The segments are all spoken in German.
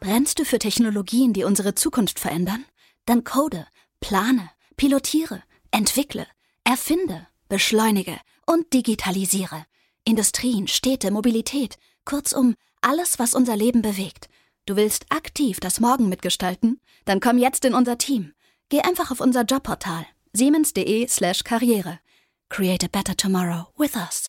Brennst du für Technologien, die unsere Zukunft verändern? Dann code, plane, pilotiere, entwickle, erfinde, beschleunige und digitalisiere. Industrien, Städte, Mobilität, kurzum, alles, was unser Leben bewegt. Du willst aktiv das Morgen mitgestalten? Dann komm jetzt in unser Team. Geh einfach auf unser Jobportal siemens.de/karriere. Create a better tomorrow with us.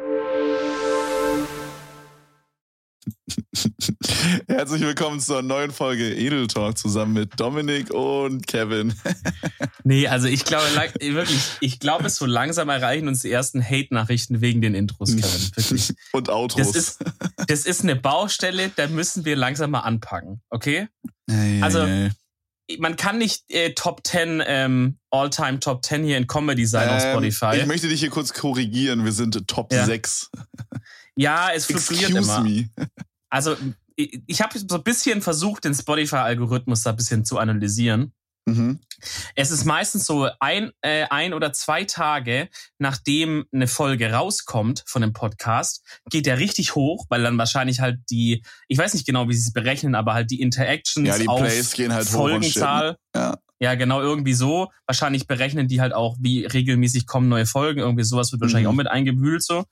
Herzlich willkommen zur neuen Folge Edel Talk zusammen mit Dominik und Kevin. Nee, also ich glaube wirklich, so langsam erreichen uns die ersten Hate-Nachrichten wegen den Intros, Kevin. Wirklich. Und Outros. Das ist eine Baustelle, da müssen wir langsam mal anpacken, okay? Man kann nicht Top 10, All-Time Top 10 hier in Comedy sein auf Spotify. Ich möchte dich hier kurz korrigieren, wir sind Top 6. Ja, es fluktuiert immer. Also ich habe so ein bisschen versucht, den Spotify-Algorithmus da ein bisschen zu analysieren. Mhm. Es ist meistens so ein oder 2 Tage, nachdem eine Folge rauskommt von dem Podcast, geht der richtig hoch, weil dann wahrscheinlich halt ich weiß nicht genau, wie sie es berechnen, aber halt die Interactions die auf Plays gehen halt Folgenzahl. Ja, genau, irgendwie so. Wahrscheinlich berechnen die halt auch, wie regelmäßig kommen neue Folgen. Irgendwie sowas wird wahrscheinlich auch mit eingebühlt so.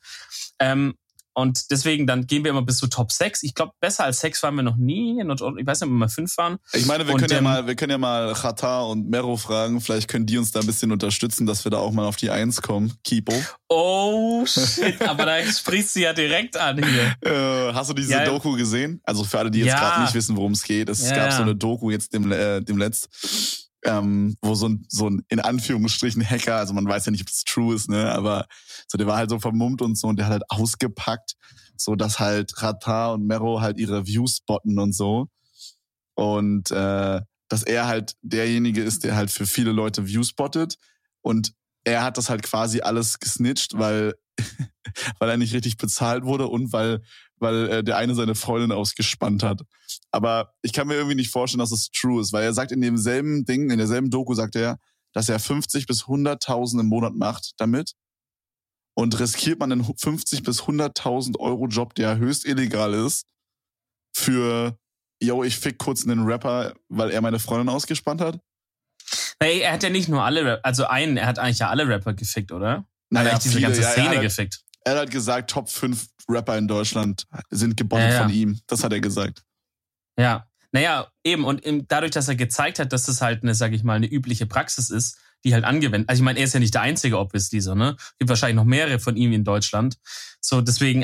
Und deswegen, dann gehen wir immer bis zu Top 6. Ich glaube, besser als 6 waren wir noch nie. Ich weiß nicht, ob wir mal 5 waren. Ich meine, wir können ja mal Chata und Mero fragen. Vielleicht können die uns da ein bisschen unterstützen, dass wir da auch mal auf die 1 kommen. Kipo. Oh, shit. Aber da sprichst du ja direkt an hier. Hast du diese Doku gesehen? Also für alle, die jetzt gerade nicht wissen, worum es geht. Es gab so eine Doku jetzt demletzt. Wo so ein in Anführungsstrichen Hacker, also man weiß ja nicht, ob das true ist, ne, aber so der war halt so vermummt und so und der hat halt ausgepackt, so dass halt Rata und Mero halt ihre Views spotten und so und dass er halt derjenige ist, der halt für viele Leute Views spottet und er hat das halt quasi alles gesnitcht, weil er nicht richtig bezahlt wurde und weil der eine seine Freundin ausgespannt hat. Aber ich kann mir irgendwie nicht vorstellen, dass es true ist, weil er sagt in derselben Doku sagt er, dass er 50 bis 100.000 im Monat macht damit und riskiert man einen 50 bis 100.000 Euro Job, der höchst illegal ist, für, ich fick kurz einen Rapper, weil er meine Freundin ausgespannt hat. Hey, er hat ja nicht nur er hat eigentlich ja alle Rapper gefickt, oder? Naja, er hat diese ganze Szene gefickt. Er hat gesagt, Top 5 Rapper in Deutschland sind gebombt von ihm. Das hat er gesagt. Ja, naja, eben. Und dadurch, dass er gezeigt hat, dass das halt eine übliche Praxis ist, die halt angewendet. Also ich meine, er ist ja nicht der einzige obviously so, ne? Gibt wahrscheinlich noch mehrere von ihm in Deutschland. So, deswegen,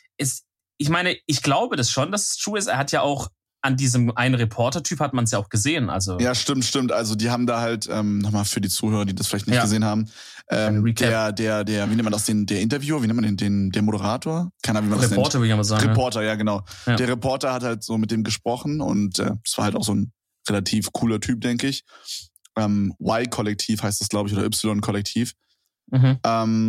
ich glaube das schon, dass es true ist. Er hat ja auch an diesem einen Reporter-Typ hat man es ja auch gesehen. Also ja, stimmt. Also die haben da halt, nochmal für die Zuhörer, die das vielleicht nicht gesehen haben, der, wie nennt man das, der Interviewer, wie nennt man der Moderator? Keine Ahnung, wie man das nennt. Reporter, würde ich mal sagen. Reporter, ja, genau. Ja. Der Reporter hat halt so mit dem gesprochen und es war halt auch so ein relativ cooler Typ, denke ich. Y-Kollektiv heißt das, glaube ich, oder Y-Kollektiv. Mhm.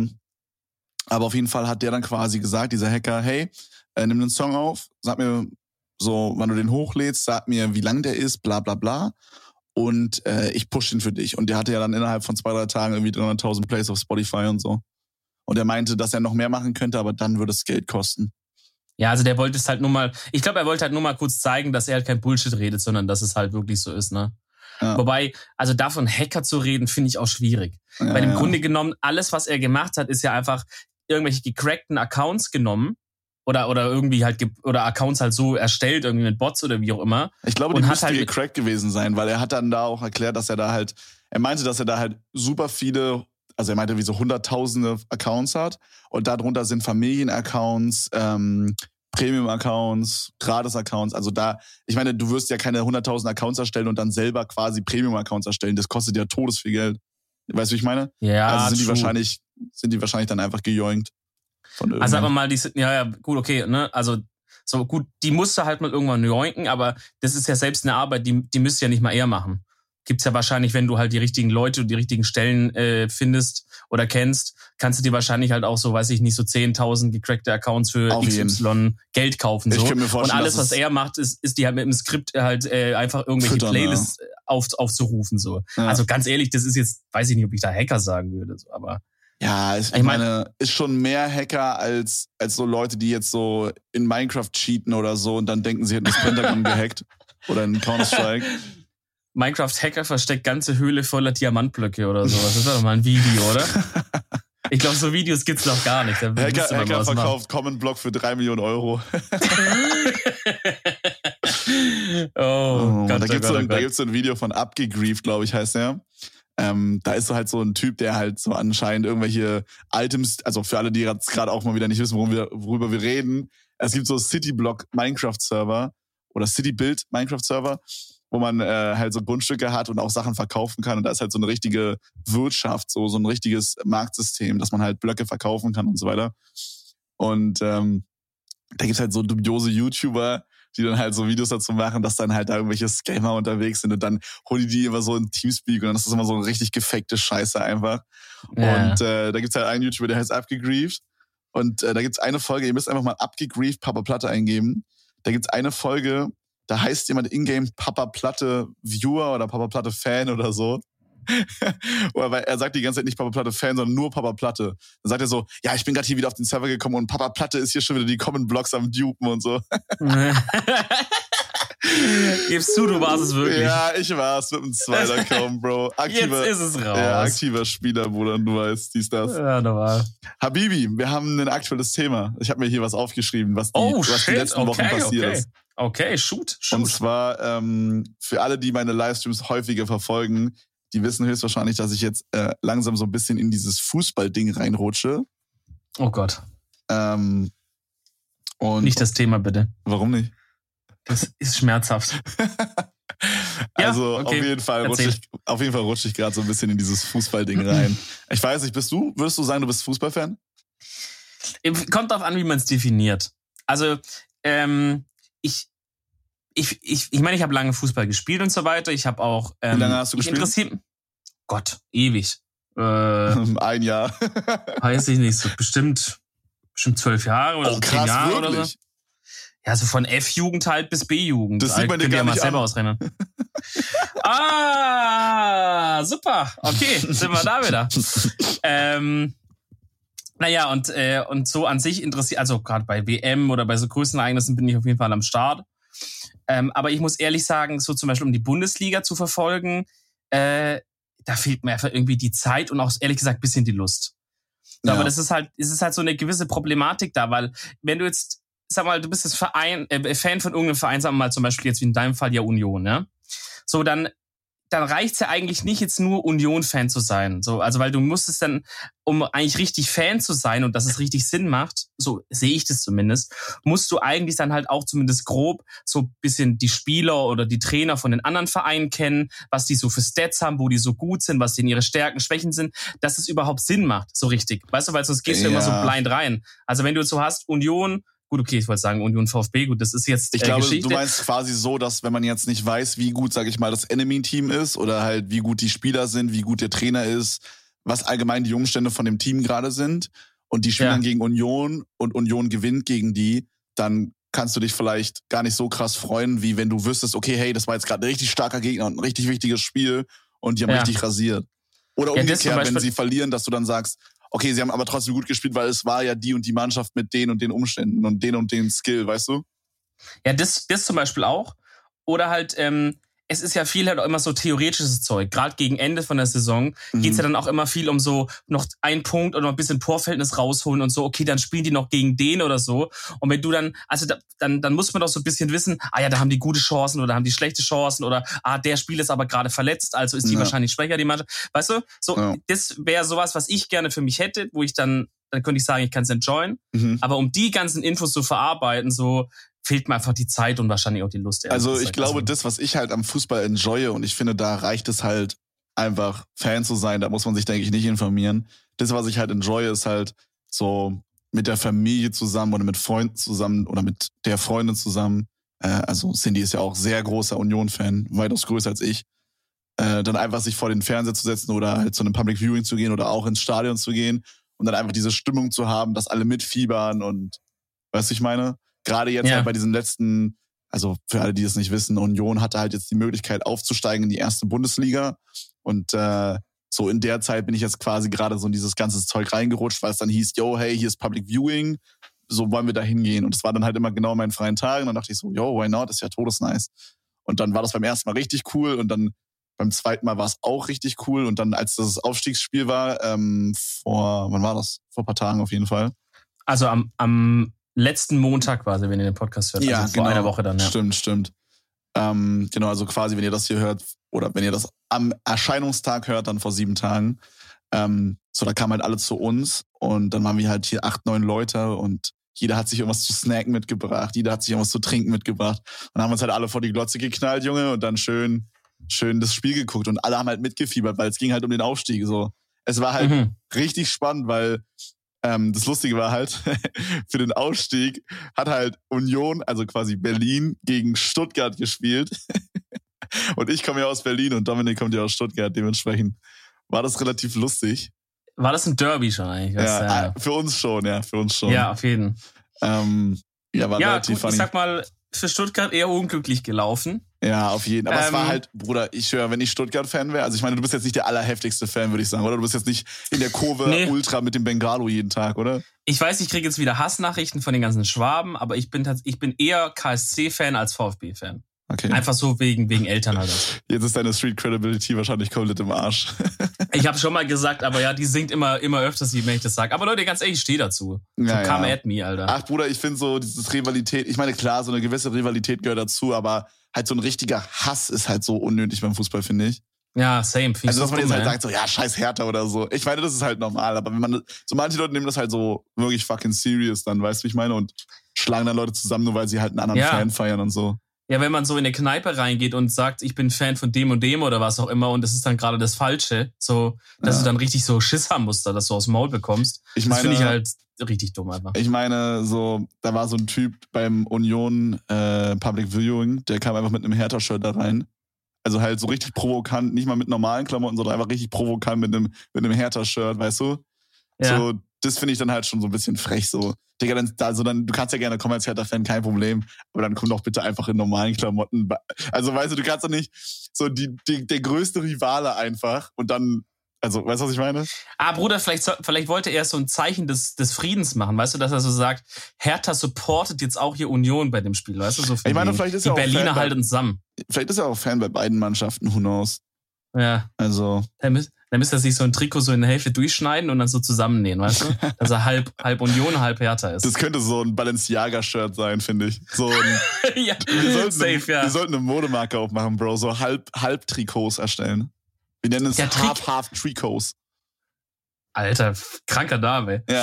Aber auf jeden Fall hat der dann quasi gesagt, dieser Hacker, hey, nimm den Song auf, sag mir so, wann du den hochlädst, sag mir, wie lang der ist, bla bla bla. Und ich push ihn für dich. Und der hatte ja dann innerhalb von 2-3 Tagen irgendwie 300.000 Plays auf Spotify und so. Und er meinte, dass er noch mehr machen könnte, aber dann würde es Geld kosten. Ja, also der wollte es halt nur mal, ich glaube, er wollte halt nur mal kurz zeigen, dass er halt kein Bullshit redet, sondern dass es halt wirklich so ist, ne? Ja. Wobei, also davon Hacker zu reden, finde ich auch schwierig. Ja, weil im Grunde genommen, alles, was er gemacht hat, ist ja einfach irgendwelche gecrackten Accounts genommen. Oder irgendwie halt, oder Accounts halt so erstellt, irgendwie mit Bots oder wie auch immer. Ich glaube, die müssten gecrackt gewesen sein, weil er hat dann da auch erklärt, dass er meinte, dass er da halt super viele, also er meinte, wie so hunderttausende Accounts hat und darunter sind Familien-Accounts, Premium-Accounts, Gratis-Accounts, also ich meine, du wirst ja keine 100.000 Accounts erstellen und dann selber quasi Premium-Accounts erstellen, das kostet ja todesviel Geld. Weißt du, wie ich meine? Ja, also sind die wahrscheinlich dann einfach gejoinkt. Also aber mal gut, okay, ne, also so gut, die musste halt mal irgendwann joinken, aber das ist ja selbst eine Arbeit, die müsst ihr ja nicht mal eher machen. Gibt's ja wahrscheinlich, wenn du halt die richtigen Leute und die richtigen Stellen findest oder kennst, kannst du dir wahrscheinlich halt auch so, weiß ich nicht, so 10.000 gecrackte Accounts für XY Geld kaufen. So. Und alles, was er macht, ist die halt mit dem Skript halt einfach irgendwelche Playlists aufzurufen. So. Ja. Also ganz ehrlich, das ist jetzt, weiß ich nicht, ob ich da Hacker sagen würde, so, aber ja, ich meine, ist schon mehr Hacker als so Leute, die jetzt so in Minecraft cheaten oder so und dann denken, sie hätten das Pentagon gehackt. Oder in Counter-Strike. Minecraft-Hacker versteckt ganze Höhle voller Diamantblöcke oder sowas. Das wäre doch mal ein Video, oder? Ich glaube, so Videos gibt's noch gar nicht. Hacker verkauft Common Block für 3 Millionen Euro. Da gibt's so ein Video von Abgegrieft, glaube ich, heißt der. Da ist so halt so ein Typ, der halt so anscheinend irgendwelche Items, also für alle, die jetzt gerade auch mal wieder nicht wissen, worüber wir reden, es gibt so Cityblock Minecraft-Server oder Citybuild Minecraft-Server, wo man halt so Grundstücke hat und auch Sachen verkaufen kann. Und da ist halt so eine richtige Wirtschaft, so ein richtiges Marktsystem, dass man halt Blöcke verkaufen kann und so weiter. Und da gibt's halt so dubiose YouTuber, die dann halt so Videos dazu machen, dass dann halt da irgendwelche Scammer unterwegs sind und dann holen die immer so in Teamspeak und dann ist das immer so eine richtig gefakte Scheiße einfach. Ja. Und da gibt's halt einen YouTuber, der heißt Abgegrieft. Und da gibt's eine Folge, ihr müsst einfach mal Abgegrieft Papa Platte eingeben. Da gibt's eine Folge, da heißt jemand in-game Papa Platte Viewer oder Papa Platte Fan oder so. Weil er sagt die ganze Zeit nicht Papa Platte Fan, sondern nur Papa Platte. Dann sagt er so, ja, ich bin gerade hier wieder auf den Server gekommen und Papa Platte ist hier schon wieder die Common Blocks am Dupen und so. Gibst du warst es wirklich. Ja, ich war's mit dem zweiten Account, Bro. Jetzt ist es raus. Ja, aktiver Spieler, Bruder, du weißt, dies, das. Ja, normal. Habibi, wir haben ein aktuelles Thema. Ich habe mir hier was aufgeschrieben, was die letzten Wochen passiert ist. Okay, shoot. Und zwar für alle, die meine Livestreams häufiger verfolgen, die wissen höchstwahrscheinlich, dass ich jetzt langsam so ein bisschen in dieses Fußballding reinrutsche. Oh Gott. Und nicht das Thema, bitte. Warum nicht? Das ist schmerzhaft. Also ja, okay. auf jeden Fall rutsche ich gerade so ein bisschen in dieses Fußballding rein. Ich weiß nicht, würdest du sagen, du bist Fußballfan? Kommt drauf an, wie man es definiert. Also, ich meine, ich habe lange Fußball gespielt und so weiter. Ich habe auch... wie lange hast du gespielt? Gott, ewig. 1 Jahr. Weiß ich nicht, so bestimmt 12 Jahre oder so 10 Jahre wirklich? Oder so. Ja, so von F-Jugend halt bis B-Jugend. Das sieht man dir gar nicht mal selber ausrennen. Super. Okay, sind wir da wieder. Naja, und so an sich interessiert, also gerade bei WM oder bei so Größenereignissen bin ich auf jeden Fall am Start. Aber ich muss ehrlich sagen, so zum Beispiel um die Bundesliga zu verfolgen, da fehlt mir einfach irgendwie die Zeit und auch ehrlich gesagt ein bisschen die Lust. Ja. Aber es ist halt so eine gewisse Problematik da, weil wenn du jetzt, sag mal, du bist jetzt Fan von irgendeinem Verein, sagen wir mal zum Beispiel jetzt wie in deinem Fall ja Union, ne? So, dann reicht's ja eigentlich nicht, jetzt nur Union-Fan zu sein. So, also weil du musst es dann, um eigentlich richtig Fan zu sein und dass es richtig Sinn macht, so sehe ich das zumindest, musst du eigentlich dann halt auch zumindest grob so ein bisschen die Spieler oder die Trainer von den anderen Vereinen kennen, was die so für Stats haben, wo die so gut sind, was denen ihre Stärken, Schwächen sind, dass es überhaupt Sinn macht, so richtig. Weißt du, weil sonst gehst du immer so blind rein. Also wenn du jetzt so hast, Union, gut, okay, ich wollte sagen Union VfB, gut, das ist jetzt Ich glaube, Geschichte. Du meinst quasi so, dass wenn man jetzt nicht weiß, wie gut, sag ich mal, das Enemy-Team ist oder halt wie gut die Spieler sind, wie gut der Trainer ist, was allgemein die Umstände von dem Team gerade sind und die spielen dann gegen Union und Union gewinnt gegen die, dann kannst du dich vielleicht gar nicht so krass freuen, wie wenn du wüsstest, okay, hey, das war jetzt gerade ein richtig starker Gegner und ein richtig wichtiges Spiel und die haben richtig rasiert. Oder umgekehrt, wenn sie verlieren, dass du dann sagst, okay, sie haben aber trotzdem gut gespielt, weil es war ja die und die Mannschaft mit den und den Umständen und den Skill, weißt du? Ja, das zum Beispiel auch. Oder halt, es ist ja viel halt auch immer so theoretisches Zeug. Gerade gegen Ende von der Saison geht's ja dann auch immer viel um so noch einen Punkt oder noch ein bisschen Torverhältnis rausholen und so, okay, dann spielen die noch gegen den oder so. Und wenn du dann, also dann muss man doch so ein bisschen wissen, da haben die gute Chancen oder haben die schlechte Chancen oder der Spieler ist aber gerade verletzt, also ist die wahrscheinlich schwächer, die Mannschaft. Weißt du? So, das wäre sowas, was ich gerne für mich hätte, wo ich dann könnte ich sagen, ich kann es enjoyen. Aber um die ganzen Infos zu verarbeiten, so fehlt mir einfach die Zeit und wahrscheinlich auch die Lust. Also ich glaube, das, was ich halt am Fußball enjoye, und ich finde, da reicht es halt einfach, Fan zu sein, da muss man sich, denke ich, nicht informieren. Das, was ich halt enjoye, ist halt so mit der Familie zusammen oder mit Freunden zusammen oder mit der Freundin zusammen. Also Cindy ist ja auch sehr großer Union-Fan, weitaus größer als ich. Dann einfach sich vor den Fernseher zu setzen oder halt zu einem Public Viewing zu gehen oder auch ins Stadion zu gehen und dann einfach diese Stimmung zu haben, dass alle mitfiebern und, weißt du, ich meine? Gerade jetzt halt bei diesen letzten, also für alle, die das nicht wissen, Union hatte halt jetzt die Möglichkeit aufzusteigen in die erste Bundesliga und so in der Zeit bin ich jetzt quasi gerade so in dieses ganze Zeug reingerutscht, weil es dann hieß, yo, hey, hier ist Public Viewing, so wollen wir da hingehen und es war dann halt immer genau in meinen freien Tagen und dann dachte ich so, yo, why not, das ist ja todesnice. Und dann war das beim ersten Mal richtig cool und dann beim zweiten Mal war es auch richtig cool. Und dann, als das Aufstiegsspiel war, wann war das? Vor ein paar Tagen auf jeden Fall. Also am letzten Montag quasi, wenn ihr den Podcast hört. Ja, also vor einer Woche dann, ja. Stimmt. Genau, also quasi, wenn ihr das hier hört oder wenn ihr das am Erscheinungstag hört, dann vor 7 Tagen. So, da kamen halt alle zu uns und dann waren wir halt hier 8, 9 Leute und jeder hat sich irgendwas zu snacken mitgebracht, jeder hat sich irgendwas zu trinken mitgebracht und dann haben wir uns halt alle vor die Glotze geknallt, Junge, und dann schön das Spiel geguckt und alle haben halt mitgefiebert, weil es ging halt um den Aufstieg, so. Es war halt richtig spannend, weil das Lustige war halt, für den Aufstieg hat halt Union, also quasi Berlin, gegen Stuttgart gespielt. Und ich komme ja aus Berlin und Dominik kommt ja aus Stuttgart. Dementsprechend war das relativ lustig. War das ein Derby schon eigentlich? Ja, für uns schon, ja. Ja, auf jeden. War relativ gut, funny. Ich sag mal, für Stuttgart eher unglücklich gelaufen. Ja, auf jeden. Aber es war halt, Bruder, ich höre, wenn ich Stuttgart-Fan wäre, also ich meine, du bist jetzt nicht der allerheftigste Fan, würde ich sagen, oder? Du bist jetzt nicht in der Kurve Ultra mit dem Bengalo jeden Tag, oder? Ich weiß, ich kriege jetzt wieder Hassnachrichten von den ganzen Schwaben, aber ich bin eher KSC-Fan als VfB-Fan. Okay. Einfach so wegen Eltern halt. Jetzt ist deine Street Credibility wahrscheinlich komplett im Arsch. Ich habe schon mal gesagt, aber ja, die singt immer öfters, wenn ich das sage. Aber Leute, ganz ehrlich, ich stehe dazu. Ja, so come at me, Alter. Ach, Bruder, ich finde so dieses Rivalität, ich meine, klar, so eine gewisse Rivalität gehört dazu, aber halt so ein richtiger Hass ist halt so unnötig beim Fußball, finde ich. Ja, same. Also, dass man jetzt halt sagt, so, ja, scheiß Hertha oder so. Ich meine, das ist halt normal, aber wenn man, so manche Leute nehmen das halt so wirklich fucking serious dann, weißt du, wie ich meine? Und schlagen dann Leute zusammen, nur weil sie halt einen anderen Fan feiern und so. Ja, wenn man so in eine Kneipe reingeht und sagt, ich bin Fan von dem und dem oder was auch immer und das ist dann gerade das Falsche, so, dass du dann richtig so Schiss haben musst, dass du aus dem Maul bekommst. Das finde ich halt richtig dumm einfach. Ich meine, so, da war so ein Typ beim Union Public Viewing, der kam einfach mit einem Hertha-Shirt da rein. Also halt so richtig provokant, nicht mal mit normalen Klamotten, sondern einfach richtig provokant mit einem Hertha-Shirt, weißt du? Ja. So, das finde ich dann halt schon so ein bisschen frech, so. Digga, du kannst ja gerne kommen als Hertha-Fan, kein Problem, aber dann komm doch bitte einfach in normalen Klamotten. Also, weißt du kannst doch nicht so der größte Rivale einfach und dann, also, weißt du, was ich meine? Bruder, vielleicht wollte er so ein Zeichen des Friedens machen, weißt du, dass er so sagt, Hertha supportet jetzt auch hier Union bei dem Spiel, weißt du, so ich meine, vielleicht ist die Berliner halten zusammen. Vielleicht ist er auch Fan bei beiden Mannschaften, who knows? Ja. Also. Dann müsste er sich so ein Trikot so in der Hälfte durchschneiden und dann so zusammennähen, weißt du? Dass er halb Union, halb Hertha ist. Das könnte so ein Balenciaga-Shirt sein, finde ich. So ein, ja, wir sollten eine Modemarke aufmachen, Bro. So halb Trikots erstellen. Wir nennen es half Trikots. Alter, kranker Name. Ja.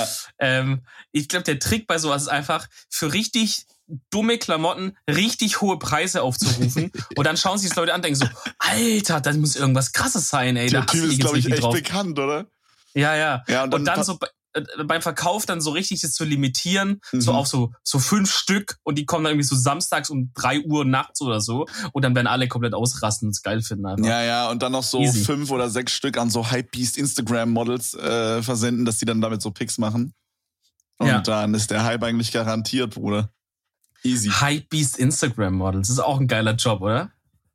Ich glaube, der Trick bei sowas ist einfach, für richtig dumme Klamotten richtig hohe Preise aufzurufen und dann schauen sich die Leute an und denken so, Alter, das muss irgendwas Krasses sein, ey. Der Typ ist, glaube ich, echt drauf. Bekannt, oder? Ja. Und dann so beim Verkauf dann so richtig das zu limitieren, so auf so 5 Stück und die kommen dann irgendwie so samstags um 3 Uhr nachts oder so und dann werden alle komplett ausrasten und es geil finden einfach. Ja, und dann noch so 5 oder 6 Stück an so Hypebeast Instagram-Models versenden, dass die dann damit so Pics machen. Und dann ist der Hype eigentlich garantiert, Bruder. Easy. Hypebeast Instagram-Models, das ist auch ein geiler Job, oder?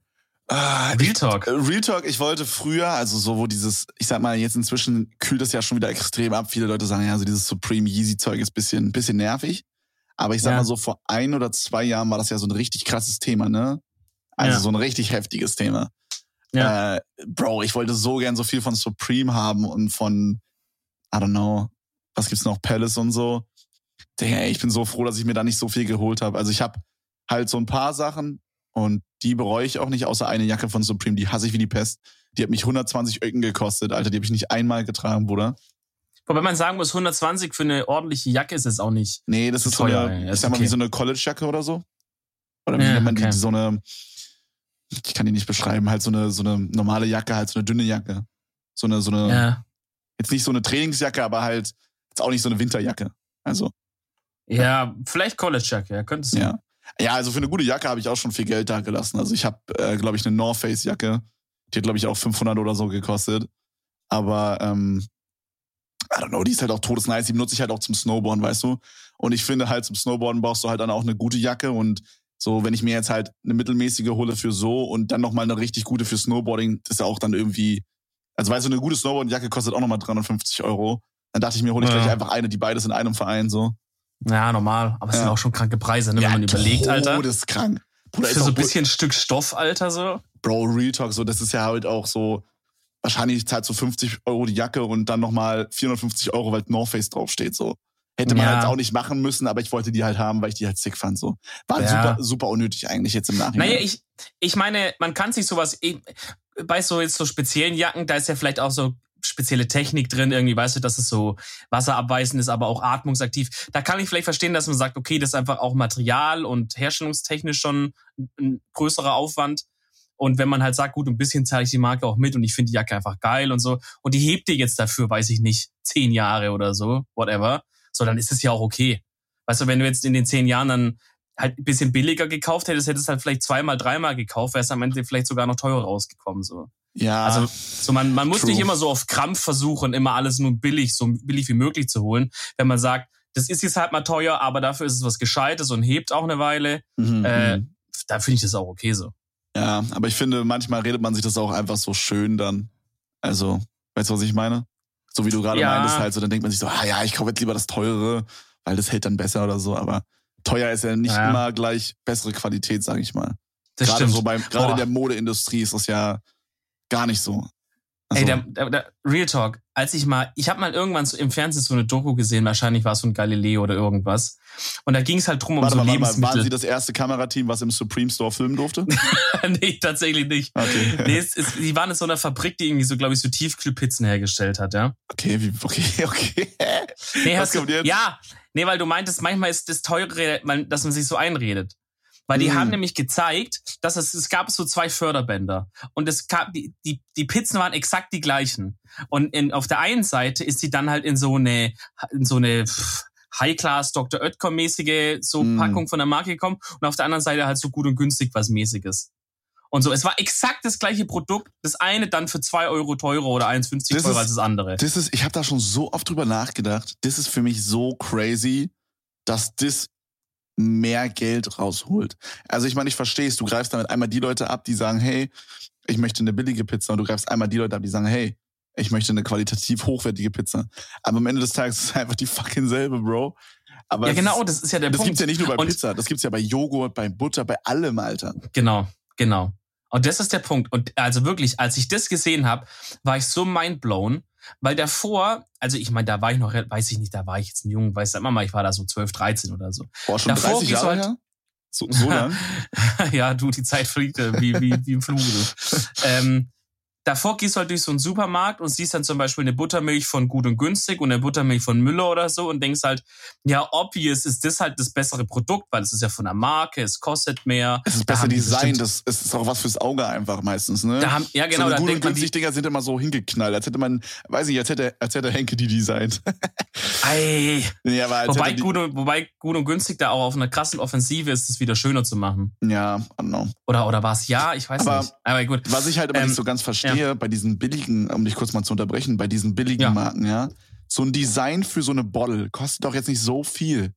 Real Talk. Real Talk, ich wollte früher, also so wo dieses, ich sag mal, jetzt inzwischen kühlt das ja schon wieder extrem ab. Viele Leute sagen, ja, so dieses Supreme Yeezy-Zeug ist bisschen nervig. Aber ich sag mal so, vor 1 oder 2 Jahren war das ja so ein richtig krasses Thema, ne? Also so ein richtig heftiges Thema. Ja. Bro, ich wollte so gern so viel von Supreme haben und von, I don't know, was gibt's noch, Palace und so. Digga, ich bin so froh, dass ich mir da nicht so viel geholt habe. Also ich habe halt so ein paar Sachen und die bereue ich auch nicht, außer eine Jacke von Supreme, die hasse ich wie die Pest. Die hat mich 120 Öcken gekostet, Alter, die habe ich nicht einmal getragen, Bruder. Wobei man sagen muss, 120 für eine ordentliche Jacke ist es auch nicht. Nee, das ist teuer, so eine, ich sag mal, wie so eine College-Jacke oder so. Oder wie nennt man die, so eine, ich kann die nicht beschreiben, halt so eine normale Jacke, halt so eine dünne Jacke. So eine, jetzt nicht so eine Trainingsjacke, aber halt jetzt auch nicht so eine Winterjacke. Also. Ja, vielleicht College-Jacke, ja, könnte es sein. Ja, also für eine gute Jacke habe ich auch schon viel Geld da gelassen. Also ich habe, glaube ich, eine North Face Jacke. Die hat, glaube ich, auch 500 oder so gekostet. Aber, I don't know, die ist halt auch todesnice. Die benutze ich halt auch zum Snowboarden, weißt du? Und ich finde halt, zum Snowboarden brauchst du halt dann auch eine gute Jacke. Und so, wenn ich mir jetzt halt eine mittelmäßige hole für so und dann nochmal eine richtig gute für Snowboarding, das ist ja auch dann irgendwie, also weißt du, eine gute Snowboard-Jacke kostet auch nochmal 350 €. Dann dachte ich mir, hole ich gleich einfach eine, die beides in einem Verein, so. Ja, normal. Aber es sind auch schon kranke Preise, ne, wenn man überlegt, Alter. Das ist krank. Bruder, für so ein bisschen Stück Stoff, Alter, so. Bro, Real Talk, so, das ist ja halt auch so, wahrscheinlich zahlst du 50 € die Jacke und dann nochmal 450 €, weil North Face draufsteht, so. Hätte man halt auch nicht machen müssen, aber ich wollte die halt haben, weil ich die halt sick fand, so. War super, super unnötig eigentlich jetzt im Nachhinein. Naja, ich meine, man kann sich sowas, bei so jetzt so speziellen Jacken, da ist ja vielleicht auch so spezielle Technik drin, irgendwie, weißt du, dass es so wasserabweisend ist, aber auch atmungsaktiv. Da kann ich vielleicht verstehen, dass man sagt, okay, das ist einfach auch Material und herstellungstechnisch schon ein größerer Aufwand. Und wenn man halt sagt, gut, ein bisschen zahle ich die Marke auch mit und ich finde die Jacke einfach geil und so. Und die hebt dir jetzt dafür, weiß ich nicht, 10 Jahre oder so, whatever. So, dann ist es ja auch okay. Weißt du, wenn du jetzt in den 10 Jahren dann halt ein bisschen billiger gekauft hättest, hättest du halt vielleicht 2-mal, 3-mal gekauft, wäre es am Ende vielleicht sogar noch teurer rausgekommen, so. Ja. Also, so man muss nicht immer so auf Krampf versuchen, immer alles nur billig, so billig wie möglich zu holen. Wenn man sagt, das ist jetzt halt mal teuer, aber dafür ist es was Gescheites und hebt auch eine Weile, da finde ich das auch okay so. Ja, aber ich finde, manchmal redet man sich das auch einfach so schön dann. Also, weißt du, was ich meine? So wie du gerade meintest halt, so dann denkt man sich so, ich kaufe jetzt lieber das Teure, weil das hält dann besser oder so, aber teuer ist ja nicht immer gleich bessere Qualität, sag ich mal. Das gerade stimmt. Gerade in der Modeindustrie ist das ja gar nicht so. Also, ey, der Real Talk, ich habe mal irgendwann so im Fernsehen so eine Doku gesehen, wahrscheinlich war es von Galileo oder irgendwas. Und da ging es halt drum um Lebensmittel. Waren Sie das erste Kamerateam, was im Supreme Store filmen durfte? Nee, tatsächlich nicht. Okay. Nee, die waren in so einer Fabrik, die irgendwie so, glaube ich, so Tiefkühlpizzen hergestellt hat, ja. Okay. Nee, was kommt jetzt? Ja, nee, weil du meintest, manchmal ist das Teure, dass man sich so einredet. Weil die haben nämlich gezeigt, dass es gab so 2 Förderbänder. Und es gab, die Pizzen waren exakt die gleichen. Und auf der einen Seite ist sie dann halt in so eine High-Class Dr. Oetker-mäßige Packung von der Marke gekommen. Und auf der anderen Seite halt so gut und günstig was Mäßiges. Und so, es war exakt das gleiche Produkt. Das eine dann für 2 € teurer oder 1,50 teurer als das andere. Ich habe da schon so oft drüber nachgedacht. Das ist für mich so crazy, dass das mehr Geld rausholt. Also ich meine, ich verstehe es. Du greifst damit einmal die Leute ab, die sagen, hey, ich möchte eine billige Pizza. Und du greifst einmal die Leute ab, die sagen, hey, ich möchte eine qualitativ hochwertige Pizza. Aber am Ende des Tages ist es einfach die fucking selbe, Bro. Aber ja, genau, das ist ja der Punkt. Das gibt's ja nicht nur bei Pizza, das gibt's ja bei Joghurt, bei Butter, bei allem, Alter. Genau. Und das ist der Punkt. Und also wirklich, als ich das gesehen habe, war ich so mindblown, weil davor, also ich meine, da war ich noch, weiß ich nicht, da war ich jetzt ein Jung, weiß mal, ich war da so 12, 13 oder so. Boah, schon davor 30 Jahre her? So lang? Ja, du, die Zeit fliegt wie im Fluge. Davor gehst du halt durch so einen Supermarkt und siehst dann zum Beispiel eine Buttermilch von Gut und Günstig und eine Buttermilch von Müller oder so und denkst halt, ja, obvious ist das halt das bessere Produkt, weil es ist ja von der Marke, es kostet mehr. Es ist besser Design, es ist auch was fürs Auge einfach meistens, ne? Ja, genau. So Gut und Günstig-Dinger sind immer so hingeknallt, als hätte man, weiß ich, als hätte Henke die designt. Ey. Nee, aber wobei Gut und Günstig da auch auf einer krassen Offensive ist, es wieder schöner zu machen. Ja, I don't know. Oder war es ich weiß nicht. Aber gut. Was ich halt immer nicht so ganz verstehe, bei diesen billigen, um dich kurz mal zu unterbrechen, bei diesen billigen Marken, ja, so ein Design für so eine Bottle kostet doch jetzt nicht so viel.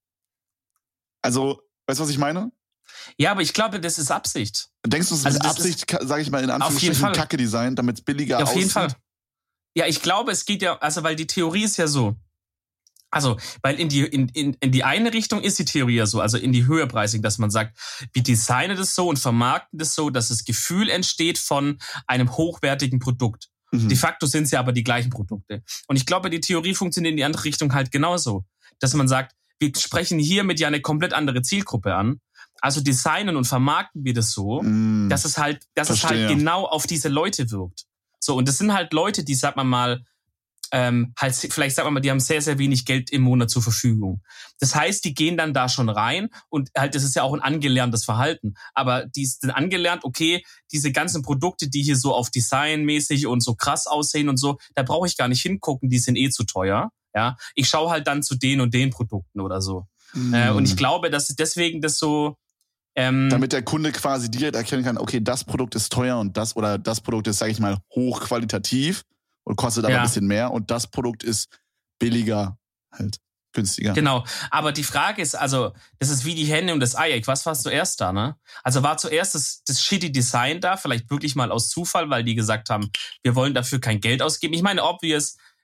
Also, weißt du, was ich meine? Ja, aber ich glaube, das ist Absicht. Denkst du, es ist Absicht, sage ich mal in Anführungsstrichen, Kacke-Design, damit es billiger aussieht? Auf jeden Fall. Ja, ich glaube, es geht ja, also weil die Theorie ist ja so, also, weil in die eine Richtung ist die Theorie ja so, also in die höherpreisigen, dass man sagt, wir designen das so und vermarkten das so, dass das Gefühl entsteht von einem hochwertigen Produkt. De facto sind es ja aber die gleichen Produkte. Und ich glaube, die Theorie funktioniert in die andere Richtung halt genauso. Dass man sagt, wir sprechen hiermit ja eine komplett andere Zielgruppe an. Also designen und vermarkten wir das so, dass es halt genau auf diese Leute wirkt. So, und das sind halt Leute, die, sagt man mal, vielleicht sagt man mal, die haben sehr, sehr wenig Geld im Monat zur Verfügung. Das heißt, die gehen dann da schon rein und halt, das ist ja auch ein angelerntes Verhalten. Aber die sind angelernt, okay, diese ganzen Produkte, die hier so auf designmäßig und so krass aussehen und so, da brauche ich gar nicht hingucken, die sind zu teuer. Ja, ich schaue halt dann zu den und den Produkten oder so. Und ich glaube, dass deswegen das so damit der Kunde quasi direkt erkennen kann, okay, das Produkt ist teuer und das Produkt ist, sage ich mal, hochqualitativ und kostet aber ein bisschen mehr und das Produkt ist billiger, halt günstiger. Genau, aber die Frage ist, also das ist wie die Henne und das Ei. Was war zuerst da, ne? Also war zuerst das shitty Design da, vielleicht wirklich mal aus Zufall, weil die gesagt haben, wir wollen dafür kein Geld ausgeben. Ich meine, obvious,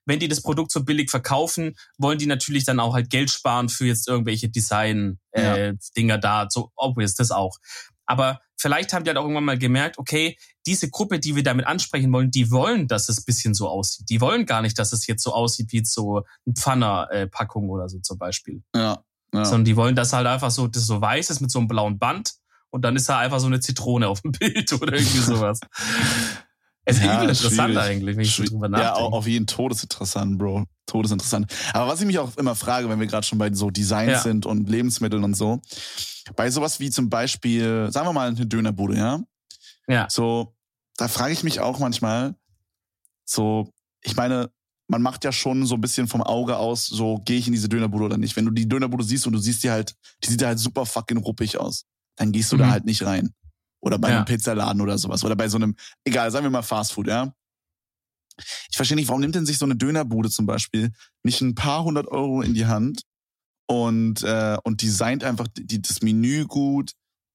wenn die das Produkt so billig verkaufen, wollen die natürlich dann auch halt Geld sparen für jetzt irgendwelche Design-Dinger da. So obvious, das auch. Aber vielleicht haben die halt auch irgendwann mal gemerkt, okay, diese Gruppe, die wir damit ansprechen wollen, die wollen, dass es ein bisschen so aussieht. Die wollen gar nicht, dass es jetzt so aussieht wie so eine Pfanner-Packung oder so zum Beispiel. Ja. Sondern die wollen, dass halt einfach so, das so weiß ist mit so einem blauen Band und dann ist da einfach so eine Zitrone auf dem Bild oder irgendwie sowas. Es ist übel interessant eigentlich, wenn ich so drüber nachdenke. Ja, auf jeden Todesinteressant, Bro. Todesinteressant. Aber was ich mich auch immer frage, wenn wir gerade schon bei so Designs sind und Lebensmitteln und so, bei sowas wie zum Beispiel, sagen wir mal eine Dönerbude, ja? Ja. So, da frage ich mich auch manchmal, so, ich meine, man macht ja schon so ein bisschen vom Auge aus, so, gehe ich in diese Dönerbude oder nicht? Wenn du die Dönerbude siehst und du siehst die sieht halt super fucking ruppig aus, dann gehst du da halt nicht rein. Oder bei einem Pizzaladen oder sowas. Oder bei so einem, egal, sagen wir mal Fastfood, ja. Ich verstehe nicht, warum nimmt denn sich so eine Dönerbude zum Beispiel nicht ein paar 100 Euro in die Hand und designt einfach das Menü gut,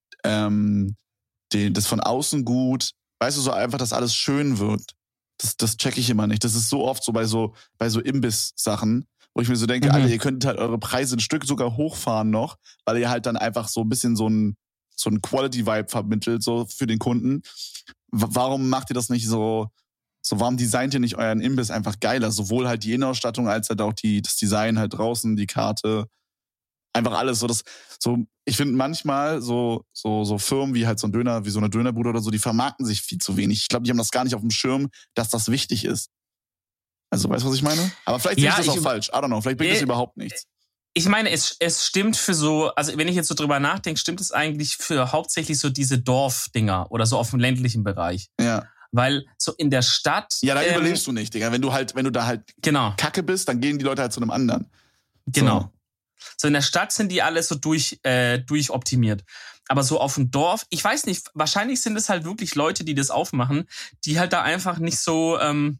das von außen gut. Weißt du, so einfach, dass alles schön wird. Das check ich immer nicht. Das ist so oft so bei so Imbiss-Sachen, wo ich mir so denke, Alter, ihr könntet halt eure Preise ein Stück sogar hochfahren noch, weil ihr halt dann einfach so ein bisschen so ein Quality-Vibe vermittelt, so für den Kunden. Warum macht ihr das nicht so, warum designt ihr nicht euren Imbiss einfach geiler? Sowohl halt die Innenausstattung als halt auch das Design halt draußen, die Karte, einfach alles so, ich finde manchmal so Firmen wie halt so eine Dönerbude oder so, die vermarkten sich viel zu wenig. Ich glaube, die haben das gar nicht auf dem Schirm, dass das wichtig ist. Also, weißt du, was ich meine? Aber vielleicht sehe ich das auch falsch. I don't know, vielleicht bringt das überhaupt nichts. Ich meine, es stimmt für so, also wenn ich jetzt so drüber nachdenke, stimmt es eigentlich für hauptsächlich so diese Dorfdinger oder so auf dem ländlichen Bereich. Ja. Weil so in der Stadt... Ja, da überlebst du nicht, Digga. Wenn du da halt Kacke bist, dann gehen die Leute halt zu einem anderen. Genau. So in der Stadt sind die alle so durchoptimiert. Aber so auf dem Dorf, ich weiß nicht, wahrscheinlich sind es halt wirklich Leute, die das aufmachen, die halt da einfach nicht so...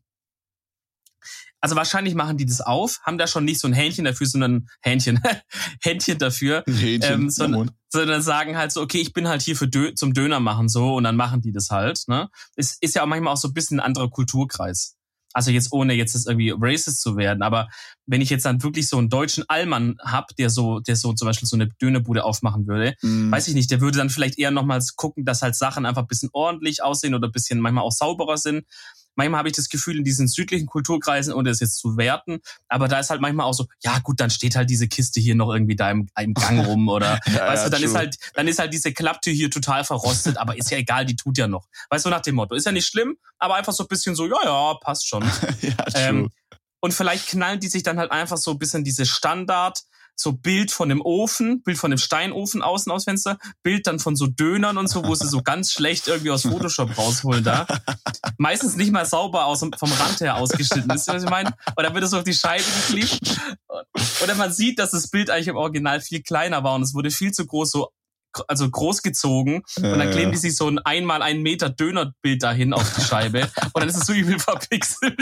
Also wahrscheinlich machen die das auf, haben da schon nicht so ein Hähnchen dafür, sondern Händchen dafür. Sondern sagen halt so, okay, ich bin halt hier zum Döner machen so und dann machen die das halt. Ne? Es ist ja auch manchmal auch so ein bisschen ein anderer Kulturkreis. Also jetzt ohne jetzt irgendwie racist zu werden, aber wenn ich jetzt dann wirklich so einen deutschen Allmann hab, der so zum Beispiel so eine Dönerbude aufmachen würde, weiß ich nicht, der würde dann vielleicht eher nochmals gucken, dass halt Sachen einfach ein bisschen ordentlich aussehen oder ein bisschen manchmal auch sauberer sind. Manchmal habe ich das Gefühl, in diesen südlichen Kulturkreisen, ohne das jetzt zu werten, aber da ist halt manchmal auch so, ja gut, dann steht halt diese Kiste hier noch irgendwie da im Gang rum oder weißt du, dann ist halt diese Klapptür hier total verrostet, aber ist ja egal, die tut ja noch. Weißt du, nach dem Motto, ist ja nicht schlimm, aber einfach so ein bisschen so, ja, passt schon. True. Und vielleicht knallen die sich dann halt einfach so ein bisschen diese Standard, so Bild von dem Ofen, Bild von dem Steinofen außen aus Fenster, Bild dann von so Dönern und so, wo sie so ganz schlecht irgendwie aus Photoshop rausholen da. Meistens nicht mal sauber vom Rand her ausgeschnitten. Wisst ihr, was ich meine? Oder wird es auf die Scheibe geklebt. Oder man sieht, dass das Bild eigentlich im Original viel kleiner war und es wurde viel zu groß groß gezogen und dann kleben die sich so ein 1x1 Meter Dönerbild dahin auf die Scheibe und dann ist es so übel verpixelt.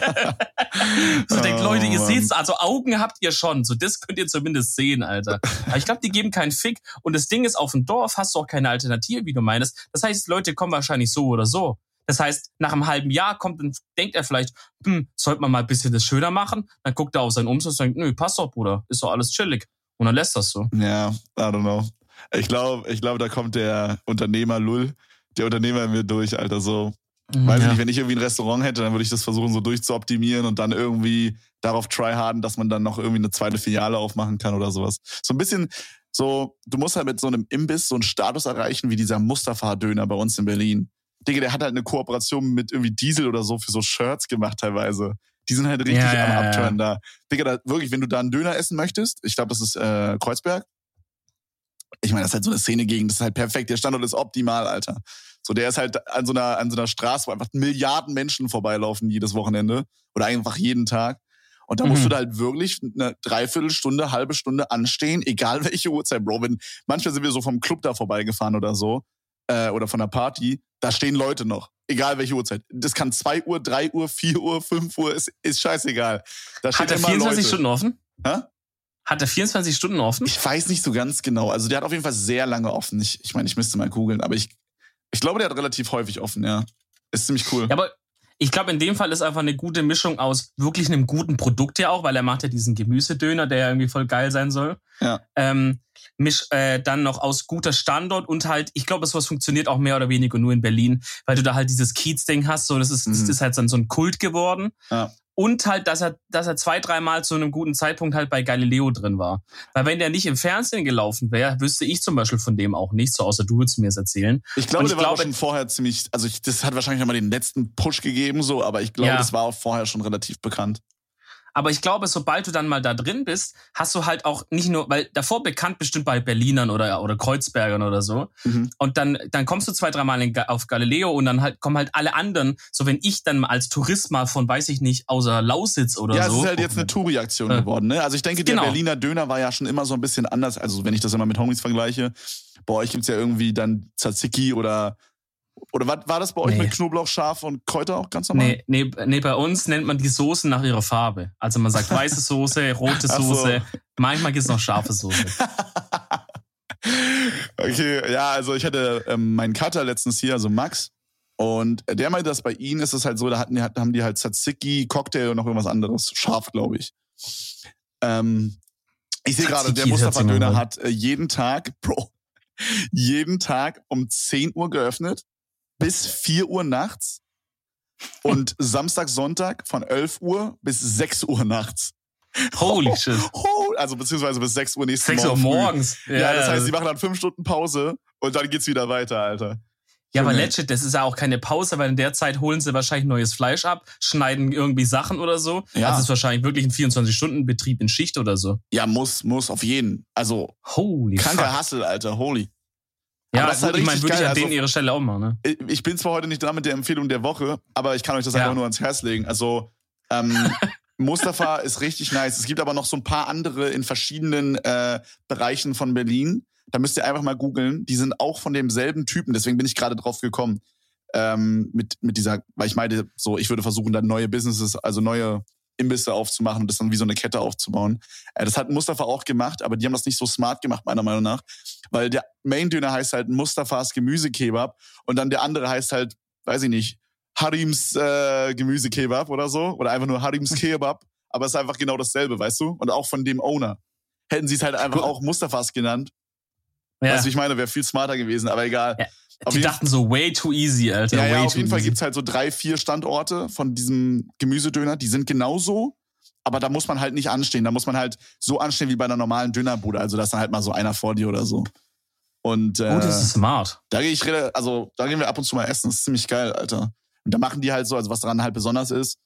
So denkt, Leute, ihr seht's, also Augen habt ihr schon, so das könnt ihr zumindest sehen, Alter. Aber ich glaube, die geben keinen Fick und das Ding ist, auf dem Dorf hast du auch keine Alternative, wie du meinst. Das heißt, Leute kommen wahrscheinlich so oder so. Das heißt, nach einem halben Jahr denkt er vielleicht, sollte man mal ein bisschen das schöner machen? Dann guckt er auf seinen Umsatz und denkt, nö, passt doch, Bruder, ist doch alles chillig. Und dann lässt das so. Ja, I don't know. Ich glaube, da kommt der Unternehmer in mir durch, Alter, so. Weiß ich nicht, wenn ich irgendwie ein Restaurant hätte, dann würde ich das versuchen, so durchzuoptimieren und dann irgendwie darauf tryharden, dass man dann noch irgendwie eine zweite Filiale aufmachen kann oder sowas. So ein bisschen so, du musst halt mit so einem Imbiss so einen Status erreichen wie dieser Mustafa-Döner bei uns in Berlin. Digga, der hat halt eine Kooperation mit irgendwie Diesel oder so für so Shirts gemacht teilweise. Die sind halt richtig am Abturn da. Digga, wirklich, wenn du da einen Döner essen möchtest, ich glaube, das ist Kreuzberg. Ich meine, das ist halt so eine Szene-Gegend, das ist halt perfekt. Der Standort ist optimal, Alter. So, der ist halt an so einer Straße, wo einfach Milliarden Menschen vorbeilaufen jedes Wochenende oder einfach jeden Tag. Und da musst du da halt wirklich eine Dreiviertelstunde, halbe Stunde anstehen, egal welche Uhrzeit, Bro. Manchmal sind wir so vom Club da vorbeigefahren oder so, oder von der Party, da stehen Leute noch, egal welche Uhrzeit. Das kann 2 Uhr, 3 Uhr, 4 Uhr, 5 Uhr, ist scheißegal. Da hat er 24 Stunden offen? Hä? Hat er 24 Stunden offen? Ich weiß nicht so ganz genau. Also der hat auf jeden Fall sehr lange offen. Ich meine, ich müsste mal googeln, aber ich glaube, der hat relativ häufig offen, ja. Ist ziemlich cool. Ja, aber Ich glaube, in dem Fall ist einfach eine gute Mischung aus wirklich einem guten Produkt ja auch, weil er macht ja diesen Gemüsedöner, der ja irgendwie voll geil sein soll. Ja. Dann noch aus guter Standort und halt, ich glaube, sowas funktioniert auch mehr oder weniger nur in Berlin, weil du da halt dieses Kiez-Ding hast, so das ist halt dann so ein Kult geworden. Ja. Und halt, dass er 2-3 Mal zu einem guten Zeitpunkt halt bei Galileo drin war. Weil wenn der nicht im Fernsehen gelaufen wäre, wüsste ich zum Beispiel von dem auch nichts, so außer du würdest mir es erzählen. Ich glaube, der war auch schon vorher ziemlich, also das hat wahrscheinlich nochmal den letzten Push gegeben, so, aber ich glaube, das war auch vorher schon relativ bekannt. Aber ich glaube, sobald du dann mal da drin bist, hast du halt auch nicht nur, weil davor bekannt bestimmt bei Berlinern oder Kreuzbergern oder so. Mhm. Und dann kommst du 2-3 Mal auf Galileo und dann halt kommen halt alle anderen. So, wenn ich dann als Tourist mal von, weiß ich nicht, außer Lausitz oder so. Ja, es ist halt jetzt eine Touri-Aktion geworden, ne? Also ich denke, der Berliner Döner war ja schon immer so ein bisschen anders. Also wenn ich das immer mit Homies vergleiche, bei euch gibt's ja irgendwie dann Tzatziki oder was war das bei euch mit Knoblauch, Schaf und Kräuter auch ganz normal? Nee, bei uns nennt man die Soßen nach ihrer Farbe. Also man sagt weiße Soße, rote Soße, manchmal gibt's noch scharfe Soße. Okay, ja, also ich hatte meinen Cutter letztens hier, also Max, und der meinte, dass bei ihnen ist es halt so, da haben die halt Tzatziki, Cocktail und noch irgendwas anderes. Scharf, glaube ich. Ich sehe gerade, der Mustafa-Döner hat jeden Tag um 10 Uhr geöffnet. Bis 4 Uhr nachts und Samstag, Sonntag von 11 Uhr bis 6 Uhr nachts. Holy shit. Also beziehungsweise bis 6 Uhr nächsten Morgen. 6 Uhr morgens. Ja, das heißt, die machen dann 5 Stunden Pause und dann geht's wieder weiter, Alter. Ja, aber legit, das ist ja auch keine Pause, weil in der Zeit holen sie wahrscheinlich neues Fleisch ab, schneiden irgendwie Sachen oder so. Ja. Also es ist wahrscheinlich wirklich ein 24-Stunden-Betrieb in Schicht oder so. Ja, muss auf jeden. Also kranker Hustle, Alter, holy. Ja, das ist halt, ich meine, würde ich an denen ihre Stelle auch machen, ne? Ich bin zwar heute nicht dran mit der Empfehlung der Woche, aber ich kann euch das einfach nur ans Herz legen. Also, Mustafa ist richtig nice. Es gibt aber noch so ein paar andere in verschiedenen Bereichen von Berlin. Da müsst ihr einfach mal googeln. Die sind auch von demselben Typen, deswegen bin ich gerade drauf gekommen. Mit dieser, weil ich meinte, so, ich würde versuchen, dann neue Businesses, also neue Imbisse aufzumachen und das dann wie so eine Kette aufzubauen. Das hat Mustafa auch gemacht, aber die haben das nicht so smart gemacht, meiner Meinung nach. Weil der Main-Döner heißt halt Mustafas Gemüsekebab und dann der andere heißt halt, weiß ich nicht, Harims Gemüsekebab oder so. Oder einfach nur Harims Kebab. Aber es ist einfach genau dasselbe, weißt du? Und auch von dem Owner. Hätten sie es halt einfach auch Mustafas genannt. Ja. Weißt du, ich meine, wäre viel smarter gewesen, aber egal. Ja. Die dachten so way too easy, Alter. Ja, auf jeden Fall gibt's halt so 3-4 Standorte von diesem Gemüsedöner. Die sind genauso, aber da muss man halt nicht anstehen. Da muss man halt so anstehen wie bei einer normalen Dönerbude. Also da ist dann halt mal so einer vor dir oder so. Und das ist smart. Da gehen wir ab und zu mal essen. Das ist ziemlich geil, Alter. Und da machen die halt so, also was daran halt besonders ist,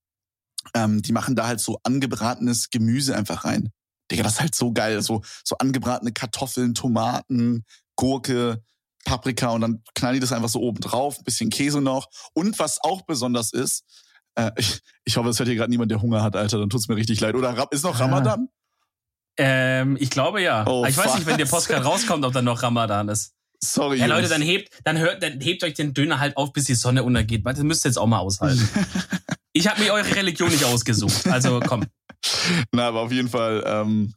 die machen da halt so angebratenes Gemüse einfach rein. Digga, das ist halt so geil. So angebratene Kartoffeln, Tomaten, Gurke, Paprika und dann knallen die das einfach so oben drauf, ein bisschen Käse noch. Und was auch besonders ist, ich hoffe, es hört hier gerade niemand, der Hunger hat, Alter, dann tut's mir richtig leid. Oder ist noch Ramadan? Ich glaube ja. Oh, ich weiß nicht, wenn der Postcard rauskommt, ob dann noch Ramadan ist. Sorry. Ja, Leute, dann hebt euch den Döner halt auf, bis die Sonne untergeht. Das müsst ihr jetzt auch mal aushalten. Ich habe mir eure Religion nicht ausgesucht. Also komm. Na, aber auf jeden Fall,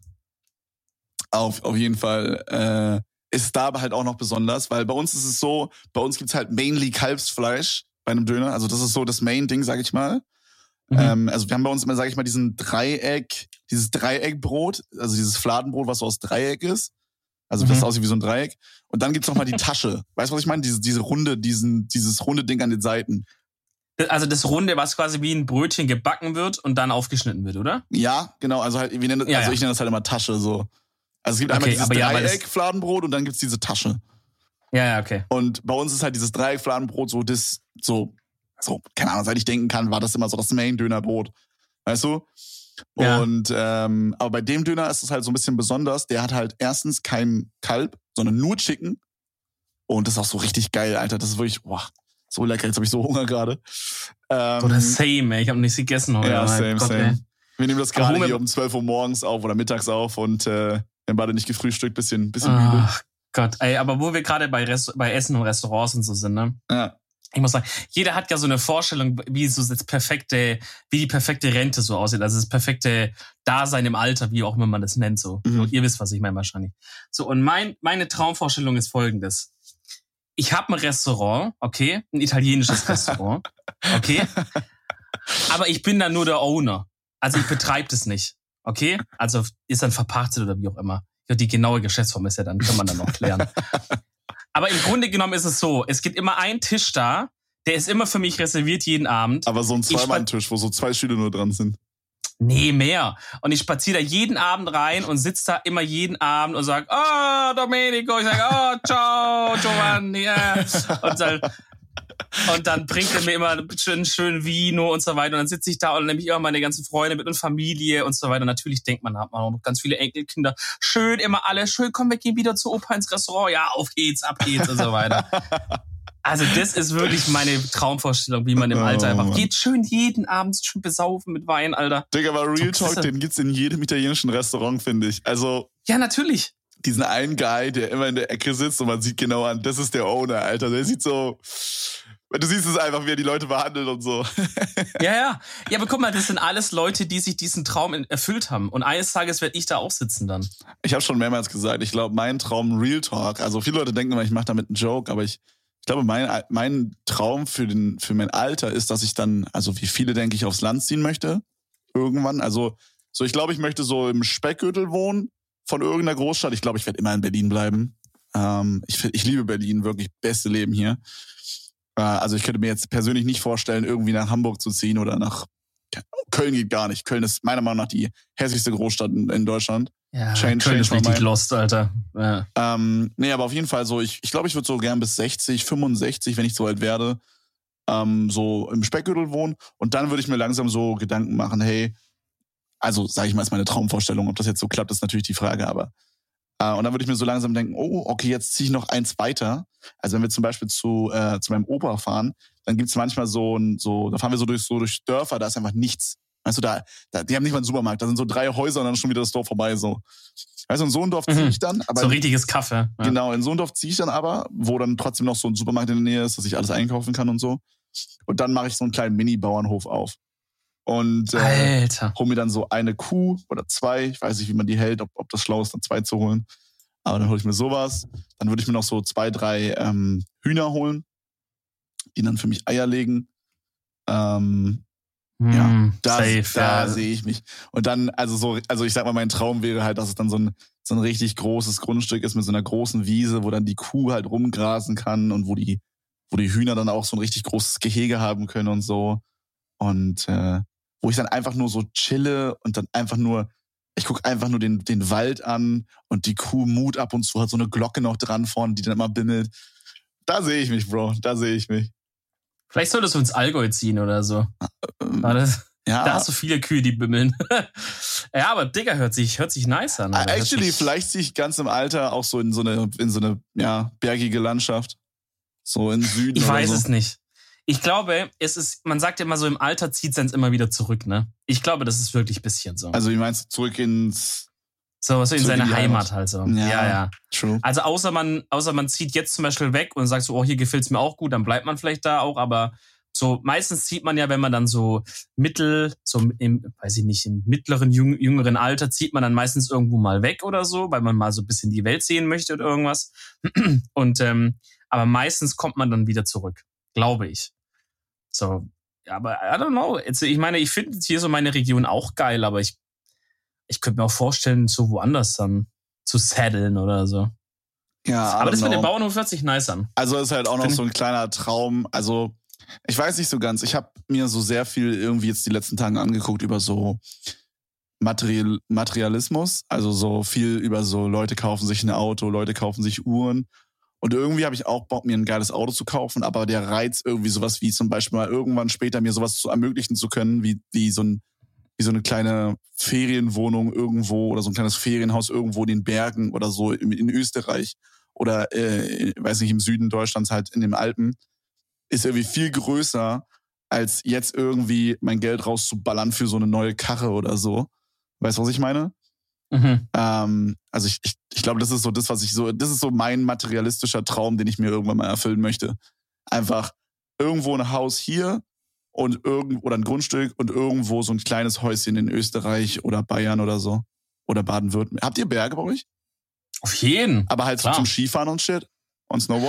ist da aber halt auch noch besonders, weil bei uns ist es so, bei uns gibt's halt mainly Kalbsfleisch bei einem Döner. Also das ist so das Main-Ding, sag ich mal. Mhm. Also wir haben bei uns immer, sag ich mal, dieses Dreieckbrot, also dieses Fladenbrot, was so aus Dreieck ist. Also das aussieht wie so ein Dreieck. Und dann gibt's noch mal die Tasche. Weißt du, was ich meine? Dieses runde Ding an den Seiten. Also das Runde, was quasi wie ein Brötchen gebacken wird und dann aufgeschnitten wird, oder? Ja, genau. Also halt, ich nenne das halt immer Tasche so. Also es gibt einmal dieses Dreieck-Fladenbrot und dann gibt's diese Tasche. Ja, okay. Und bei uns ist halt dieses Dreieck-Fladenbrot so, keine Ahnung, seit ich denken kann, war das immer so das Main-Dönerbrot. Weißt du? Ja. Und aber bei dem Döner ist es halt so ein bisschen besonders. Der hat halt erstens kein Kalb, sondern nur Chicken. Und das ist auch so richtig geil, Alter. Das ist wirklich, so lecker. Jetzt habe ich so Hunger gerade. Oder same, ey. Ich habe nichts gegessen heute. Ja, same. Wir nehmen das gerade hier um 12 Uhr morgens auf oder mittags auf und wir haben beide nicht gefrühstückt, bisschen müde. Ach Gott, ey, aber wo wir gerade bei Essen und Restaurants und so sind, ne? Ja. Ich muss sagen, jeder hat ja so eine Vorstellung, wie die perfekte Rente so aussieht. Also das perfekte Dasein im Alter, wie auch immer man das nennt, so. Und ihr wisst, was ich meine wahrscheinlich. So, und meine Traumvorstellung ist folgendes. ich habe ein Restaurant, okay, ein italienisches Restaurant, okay, aber ich bin dann nur der Owner. Also ich betreibe das nicht, okay? Also ist dann verpachtet oder wie auch immer. Die genaue Geschäftsform ist ja dann, kann man dann noch klären. Aber im Grunde genommen ist es so, es gibt immer einen Tisch da, der ist immer für mich reserviert jeden Abend. Aber so ein Zweimann-Tisch, wo so 2 Stühle nur dran sind. Nee, mehr. Und ich spaziere da jeden Abend rein und sitze da immer jeden Abend und sage, Domenico. Ich sage, ciao, Giovanni. Und dann bringt er mir immer schön Vino und so weiter. Und dann sitze ich da und nehme ich immer meine ganzen Freunde mit und Familie und so weiter. Und natürlich denkt man, hat man auch noch ganz viele Enkelkinder. Schön, immer alle, schön, komm, wir gehen wieder zu Opa ins Restaurant. Ja, auf geht's, ab geht's und so weiter. Also das ist wirklich meine Traumvorstellung, wie man im Alter einfach geht. Schön jeden Abend schön besaufen mit Wein, Alter. Digga, aber Real Talk, den gibt's in jedem italienischen Restaurant, finde ich. Also ja, natürlich. Diesen einen Guy, der immer in der Ecke sitzt und man sieht genau an, das ist der Owner, Alter. Der sieht so... Du siehst es einfach, wie er die Leute behandelt und so. Ja, aber guck mal, das sind alles Leute, die sich diesen Traum erfüllt haben. Und eines Tages werde ich da auch sitzen dann. Ich habe schon mehrmals gesagt, ich glaube, mein Traum Real Talk, also viele Leute denken immer, ich mache damit einen Joke, aber ich glaube, mein Traum für mein Alter ist, dass ich dann, also wie viele denke ich, aufs Land ziehen möchte. Irgendwann. Also so, ich glaube, ich möchte so im Speckgürtel wohnen von irgendeiner Großstadt. Ich glaube, ich werde immer in Berlin bleiben. Ich liebe Berlin, wirklich beste Leben hier. Also ich könnte mir jetzt persönlich nicht vorstellen, irgendwie nach Hamburg zu ziehen oder nach Köln geht gar nicht. Köln ist meiner Meinung nach die hässlichste Großstadt in Deutschland. Ja, Köln ist richtig lost, Alter. Ja. Nee, aber auf jeden Fall so, ich glaube, ich würde so gern bis 60, 65, wenn ich so alt werde, so im Speckgürtel wohnen. Und dann würde ich mir langsam so Gedanken machen, hey, also sage ich mal, ist meine Traumvorstellung. Ob das jetzt so klappt, ist natürlich die Frage, aber und dann würde ich mir so langsam denken, oh, okay, jetzt ziehe ich noch eins weiter. Also wenn wir zum Beispiel zu meinem Opa fahren, dann gibt's manchmal da fahren wir so durch Dörfer, da ist einfach nichts. Weißt du, die haben nicht mal einen Supermarkt, da sind so 3 Häuser und dann ist schon wieder das Dorf vorbei, so. Weißt du, in so ein Dorf ziehe ich dann. Aber so richtiges Kaffee. Ja. Genau, in so ein Dorf ziehe ich dann aber, wo dann trotzdem noch so ein Supermarkt in der Nähe ist, dass ich alles einkaufen kann und so. Und dann mache ich so einen kleinen Mini-Bauernhof auf. Und hol mir dann so eine Kuh oder 2, ich weiß nicht, wie man die hält, ob das schlau ist, dann 2 zu holen. Aber dann hole ich mir sowas. Dann würde ich mir noch so 2, 3 Hühner holen, die dann für mich Eier legen. Da sehe ich mich. Und dann, also ich sag mal, mein Traum wäre halt, dass es dann so ein richtig großes Grundstück ist mit so einer großen Wiese, wo dann die Kuh halt rumgrasen kann und wo die Hühner dann auch so ein richtig großes Gehege haben können und so. Und wo ich dann einfach nur so chille und dann einfach nur, ich gucke einfach nur den Wald an und die Kuh mut ab und zu, hat so eine Glocke noch dran vorne, die dann immer bimmelt. Da sehe ich mich, Bro, da sehe ich mich. Vielleicht solltest du ins Allgäu ziehen oder so. Ja. Da hast du viele Kühe, die bimmeln. Ja, aber Digga, hört sich nice an. Oder? Actually, vielleicht ziehe ich ganz im Alter auch so in so eine bergige Landschaft. So in Süden. Ich weiß so. es nicht. Ich glaube, man sagt ja immer so, im Alter zieht es immer wieder zurück, ne? Ich glaube, das ist wirklich ein bisschen so. Also wie meinst du, zurück ins... So in seine Heimat halt so. Ja. True. Also außer man zieht jetzt zum Beispiel weg und sagt so, oh, hier gefällt's mir auch gut, dann bleibt man vielleicht da auch, aber so meistens zieht man ja, wenn man dann im mittleren, jüngeren Alter zieht man dann meistens irgendwo mal weg oder so, weil man mal so ein bisschen die Welt sehen möchte oder irgendwas. Und aber meistens kommt man dann wieder zurück, glaube ich. So, aber I don't know. Ich meine, ich finde hier so meine Region auch geil, aber ich könnte mir auch vorstellen, so woanders dann zu saddeln oder so. Ja, aber das mit dem Bauernhof hört sich nice an. Also ist halt auch noch so ein kleiner Traum. Also ich weiß nicht so ganz. Ich habe mir so sehr viel irgendwie jetzt die letzten Tage angeguckt über so Materialismus. Also so viel über so Leute kaufen sich ein Auto, Leute kaufen sich Uhren. Und irgendwie habe ich auch Bock, mir ein geiles Auto zu kaufen. Aber der Reiz irgendwie sowas wie zum Beispiel mal irgendwann später mir sowas zu ermöglichen zu können, wie so eine kleine Ferienwohnung irgendwo oder so ein kleines Ferienhaus irgendwo in den Bergen oder so in Österreich oder, weiß nicht, im Süden Deutschlands halt in den Alpen, ist irgendwie viel größer, als jetzt irgendwie mein Geld rauszuballern für so eine neue Karre oder so. Weißt du, was ich meine? Mhm. Also ich glaube, das ist so das ist so mein materialistischer Traum, den ich mir irgendwann mal erfüllen möchte. Einfach irgendwo ein Haus hier oder ein Grundstück und irgendwo so ein kleines Häuschen in Österreich oder Bayern oder so. Oder Baden-Württemberg. Habt ihr Berge bei euch? Auf jeden. Aber halt so zum Skifahren und Shit? Und Snowboarden?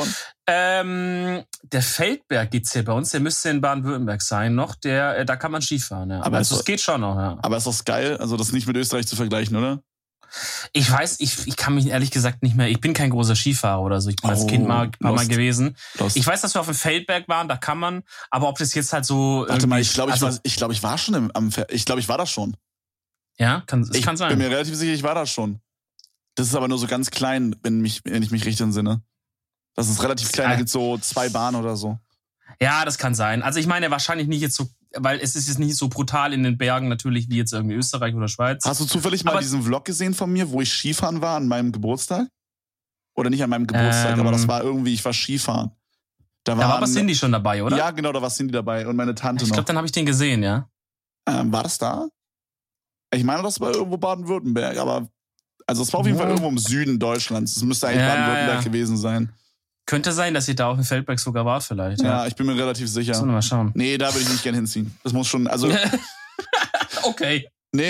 Der Feldberg gibt's hier bei uns, der müsste in Baden-Württemberg sein noch, da kann man Skifahren, ja. Aber also es geht schon noch, ja. Aber ist das geil, also das nicht mit Österreich zu vergleichen, oder? Ich weiß, ich kann mich ehrlich gesagt nicht mehr, ich bin kein großer Skifahrer oder so, ich bin als Kind ein paar Mal gewesen. Lost. Ich weiß, dass wir auf dem Feldberg waren, da kann man, aber ob das jetzt halt so... Warte mal, ich glaube, ich war schon ich glaube, ich war da schon. Ja, kann sein. Ich bin mir relativ sicher, ich war da schon. Das ist aber nur so ganz klein, wenn ich mich richtig entsinne. Das ist relativ klein, da gibt's so 2 Bahnen oder so. Ja, das kann sein. Also ich meine wahrscheinlich nicht jetzt so, weil es ist jetzt nicht so brutal in den Bergen natürlich wie jetzt irgendwie Österreich oder Schweiz. Hast du zufällig mal diesen Vlog gesehen von mir, wo ich Skifahren war an meinem Geburtstag? Oder nicht an meinem Geburtstag, aber das war irgendwie, ich war Skifahren. Da war aber Cindy schon dabei, oder? Ja, genau, da war Cindy dabei und meine Tante noch. Ich glaube, dann habe ich den gesehen, ja. War das da? Ich meine, das war irgendwo Baden-Württemberg, aber also es war auf jeden Fall irgendwo im Süden Deutschlands. Es müsste eigentlich Baden-Württemberg gewesen sein. Könnte sein, dass ihr da auf dem Feldberg sogar wart vielleicht. Ja, ich bin mir relativ sicher. Sollen wir mal schauen. Nee, da würde ich nicht gern hinziehen. Das muss schon, also... Okay. Nee,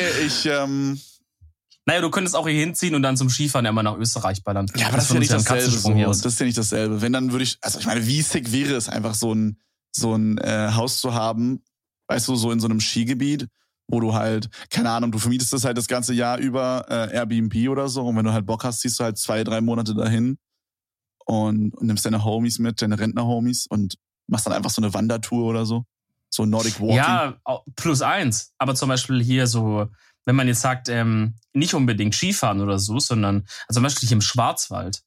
Naja, du könntest auch hier hinziehen und dann zum Skifahren immer nach Österreich ballern. Ja, aber das ist ja nicht dasselbe. Das ist ja nicht dasselbe. Wenn, dann würde ich... Also ich meine, wie sick wäre es einfach so ein Haus zu haben, weißt du, so in so einem Skigebiet, wo du halt, keine Ahnung, du vermietest das halt das ganze Jahr über Airbnb oder so und wenn du halt Bock hast, ziehst du halt 2-3 Monate dahin und nimmst deine Homies mit, deine Rentner-Homies und machst dann einfach so eine Wandertour oder so. So Nordic Walking. Ja, +1. Aber zum Beispiel hier so, wenn man jetzt sagt, nicht unbedingt Skifahren oder so, sondern also zum Beispiel hier im Schwarzwald,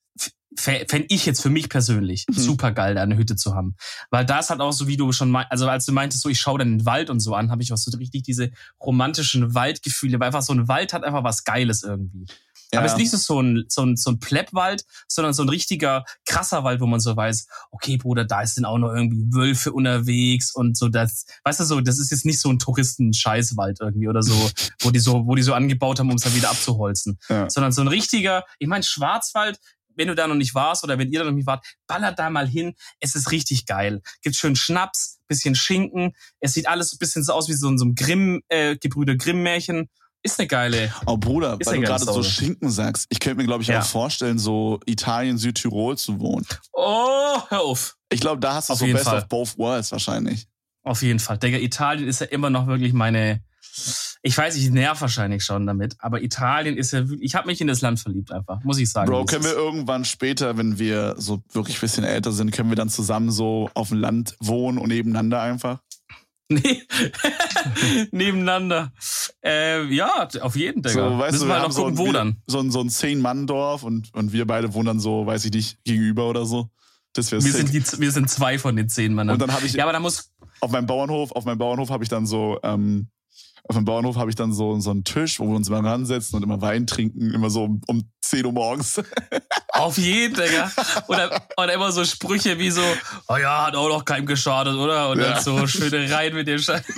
fände ich jetzt für mich persönlich super geil, da eine Hütte zu haben. Weil da ist halt auch so, wie du schon also als du meintest, so ich schaue dann den Wald und so an, habe ich auch so richtig diese romantischen Waldgefühle, weil einfach so ein Wald hat einfach was Geiles irgendwie. Ja. Aber es ist nicht so ein Pleppwald, sondern so ein richtiger, krasser Wald, wo man so weiß, okay, Bruder, da sind auch noch irgendwie Wölfe unterwegs und so das, weißt du so, das ist jetzt nicht so ein Touristen-Scheißwald irgendwie oder so, wo die so angebaut haben, um es dann wieder abzuholzen. Ja. Sondern so ein richtiger, ich meine, Schwarzwald, wenn du da noch nicht warst oder wenn ihr da noch nicht wart, ballert da mal hin. Es ist richtig geil. Gibt schön Schnaps, bisschen Schinken. Es sieht alles so ein bisschen so aus wie so ein Gebrüder Grimm-Märchen. Ist eine geile. Oh Bruder, weil du gerade so Schinken sagst. Ich könnte mir, glaube ich, auch vorstellen, so Italien, Südtirol zu wohnen. Oh, hör auf. Ich glaube, da hast du so Best of both worlds wahrscheinlich. Auf jeden Fall. Digga, Italien ist ja immer noch wirklich meine... Ich weiß, ich nerv wahrscheinlich schon damit, aber Italien ist ja wirklich... Ich habe mich in das Land verliebt einfach, muss ich sagen. Bro, können wir irgendwann später, wenn wir so wirklich ein bisschen älter sind, können wir dann zusammen so auf dem Land wohnen und nebeneinander einfach? Nee. Nebeneinander. Ja, auf jeden, Digga. So, weißt müssen du, wir halt noch gucken, wo dann. So ein 10-Mann-Dorf und wir beide wohnen dann so, weiß ich nicht, gegenüber oder so. Das wäre sick. Wir sind 2 von den 10 Männern. Und dann habe ich... Ja, aber da muss... Auf meinem Bauernhof habe ich dann so... Auf dem Bauernhof habe ich dann so einen Tisch, wo wir uns immer ransetzen und immer Wein trinken, immer so um 10 Uhr morgens. Auf jeden, Digga. Oder immer so Sprüche wie so, oh ja, hat auch noch keinem geschadet, oder? Und dann so schöne rein mit dem Scheiß.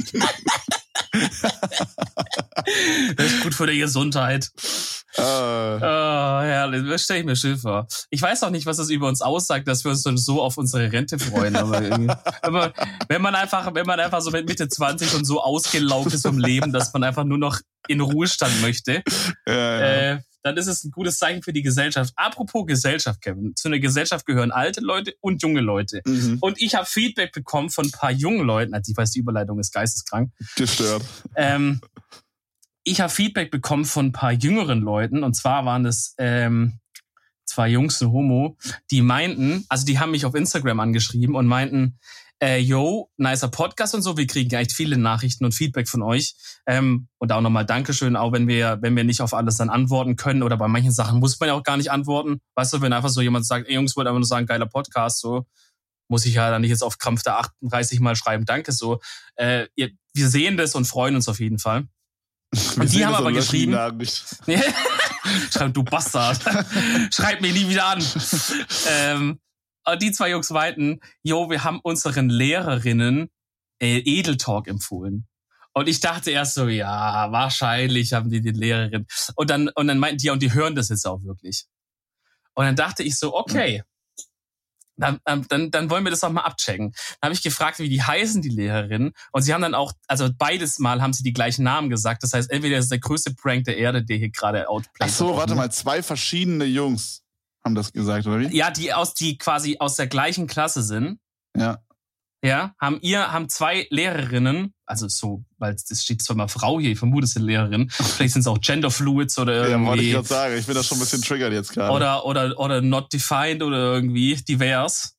Das ist gut für die Gesundheit. Herrlich, das stelle ich mir schön vor. Ich weiß auch nicht, was das über uns aussagt, dass wir uns dann so auf unsere Rente freuen. Aber wenn man einfach so mit Mitte 20 und so ausgelaugt ist vom Leben, dass man einfach nur noch in Ruhestand möchte, dann ist es ein gutes Zeichen für die Gesellschaft. Apropos Gesellschaft, Kevin. Zu einer Gesellschaft gehören alte Leute und junge Leute. Mhm. Und ich habe Feedback bekommen von ein paar jungen Leuten. Also ich weiß, die Überleitung ist geisteskrank. Gestört. Ich habe Feedback bekommen von ein paar jüngeren Leuten. Und zwar waren das 2 Jungs, ein Homo, die meinten, also die haben mich auf Instagram angeschrieben und meinten, yo, nicer Podcast und so, wir kriegen echt viele Nachrichten und Feedback von euch. Und auch nochmal Dankeschön, auch wenn wir nicht auf alles dann antworten können oder bei manchen Sachen muss man ja auch gar nicht antworten. Weißt du, wenn einfach so jemand sagt, ey Jungs, wollte einfach nur sagen, geiler Podcast, so, muss ich ja dann nicht jetzt auf Krampf da 38 Mal schreiben, danke, so. Wir sehen das und freuen uns auf jeden Fall. Und die haben aber geschrieben, schreib, du Bastard, schreib mich nie wieder an. Und die 2 Jungs meinten, jo, wir haben unseren Lehrerinnen Edeltalk empfohlen. Und ich dachte erst so, ja, wahrscheinlich haben die Lehrerin. Und dann meinten die, und die hören das jetzt auch wirklich. Und dann dachte ich so, okay, dann wollen wir das auch mal abchecken. Dann habe ich gefragt, wie die heißen, die Lehrerinnen. Und sie haben dann auch, also beides Mal haben sie die gleichen Namen gesagt. Das heißt, entweder ist der größte Prank der Erde, der hier gerade outplayt. Ach so, warte mal, 2 verschiedene Jungs. haben das gesagt, oder wie? Ja, die quasi aus der gleichen Klasse sind. Ja. Ja, haben 2 Lehrerinnen, also so, weil es steht zwar mal Frau hier, ich vermute, es sind Lehrerinnen, vielleicht sind es auch Genderfluids oder irgendwie. Ja, wollte ich gerade sagen, ich bin da schon ein bisschen triggert jetzt gerade. Oder not defined oder irgendwie divers.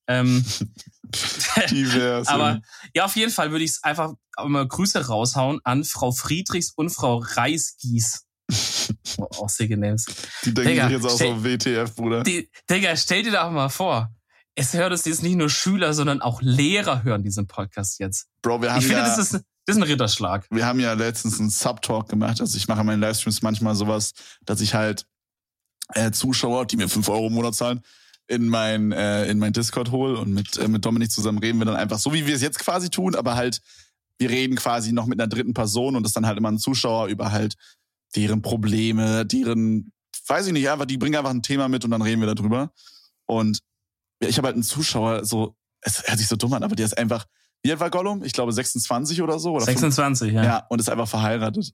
Divers. Aber ja, auf jeden Fall würde ich es einfach mal Grüße raushauen an Frau Friedrichs und Frau Reisgies. Auch sehr Names. Die denken sich jetzt auch so WTF, Bruder. Digga, stell dir doch mal vor, es hört es jetzt nicht nur Schüler, sondern auch Lehrer hören diesen Podcast jetzt. Bro, ich finde, das ist ein Ritterschlag. Wir haben ja letztens einen Subtalk gemacht. Also ich mache in meinen Livestreams manchmal sowas, dass ich halt Zuschauer, die mir 5 € im Monat zahlen, in mein Discord hole und mit Dominik zusammen reden wir dann einfach so, wie wir es jetzt quasi tun, aber halt, wir reden quasi noch mit einer dritten Person und das dann halt immer ein Zuschauer über halt deren Probleme, weiß ich nicht, einfach, die bringen einfach ein Thema mit und dann reden wir darüber. Und ich habe halt einen Zuschauer, so, es hört sich so dumm an, aber der ist einfach, wie alt war Gollum? Ich glaube 26 oder so. Oder 26, ja. Ja, und ist einfach verheiratet.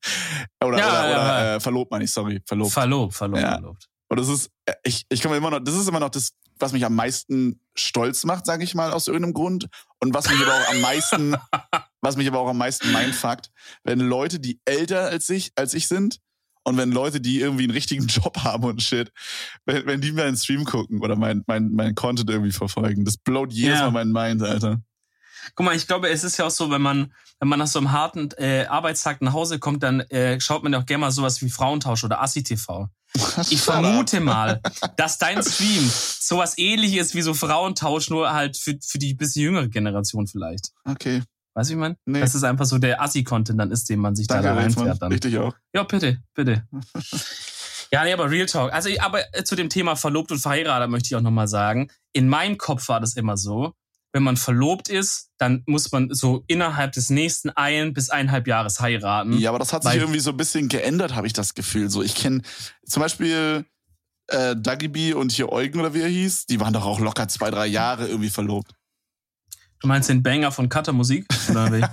oder verlobt, meine ich, sorry. Verlobt. Ja. Verlobt. Und das ist, ich komme immer noch, das ist immer noch das, was mich am meisten stolz macht, sage ich mal, aus irgendeinem Grund. Und was mich aber auch am meisten mindfuckt, wenn Leute, die älter als ich sind, und wenn Leute, die irgendwie einen richtigen Job haben und shit, wenn die mir einen Stream gucken oder mein Content irgendwie verfolgen, das blowt jedes Mal meinen Mind, Alter. Guck mal, ich glaube, es ist ja auch so, wenn man nach so einem harten Arbeitstag nach Hause kommt, dann schaut man ja auch gerne mal sowas wie Frauentausch oder Assi-TV. Ich vermute mal, dass dein Stream sowas ähnlich ist wie so Frauentausch, nur halt für die bisschen jüngere Generation vielleicht. Okay. Weißt du, wie ich meine? Nee. Dass es einfach so der Assi-Content dann ist, den man sich da reinfährt dann. Richtig auch. Ja, bitte. Ja, nee, aber Real Talk. Also, aber zu dem Thema verlobt und verheiratet möchte ich auch nochmal sagen, in meinem Kopf war das immer so, wenn man verlobt ist, dann muss man so innerhalb des nächsten 1 bis 1,5 Jahres heiraten. Ja, aber das hat sich irgendwie so ein bisschen geändert, habe ich das Gefühl. So, ich kenne zum Beispiel Dagi B und hier Eugen oder wie er hieß, die waren doch auch locker 2-3 Jahre irgendwie verlobt. Du meinst den Banger von Cutter Musik? Oder wie?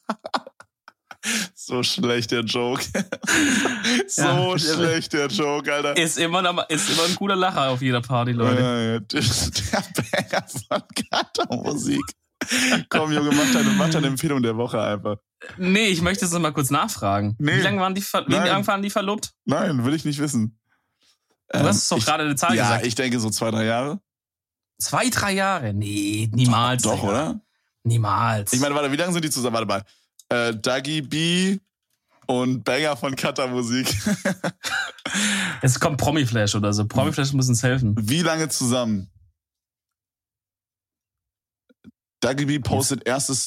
So schlecht der Joke. Schlecht der Joke, Alter. Ist immer ein cooler Lacher auf jeder Party, Leute. Ja, der Banger von Cutter Musik. Komm, Junge, mach deine Empfehlung der Woche einfach. Nee, ich möchte es noch mal kurz nachfragen. Nee. Wie lange waren die verlobt? Nein, will ich nicht wissen. Du hast doch gerade eine Zahl gesagt. Ja, ich denke so 2-3 Jahre. 2-3 Jahre? Nee, niemals. Doch, oder? Niemals. Ich meine, warte, wie lange sind die zusammen? Warte mal. Dagi B und Banger von Cutter Musik. Es kommt Promiflash oder so. Promiflash muss uns helfen. Wie lange zusammen? Dagi B postet erstes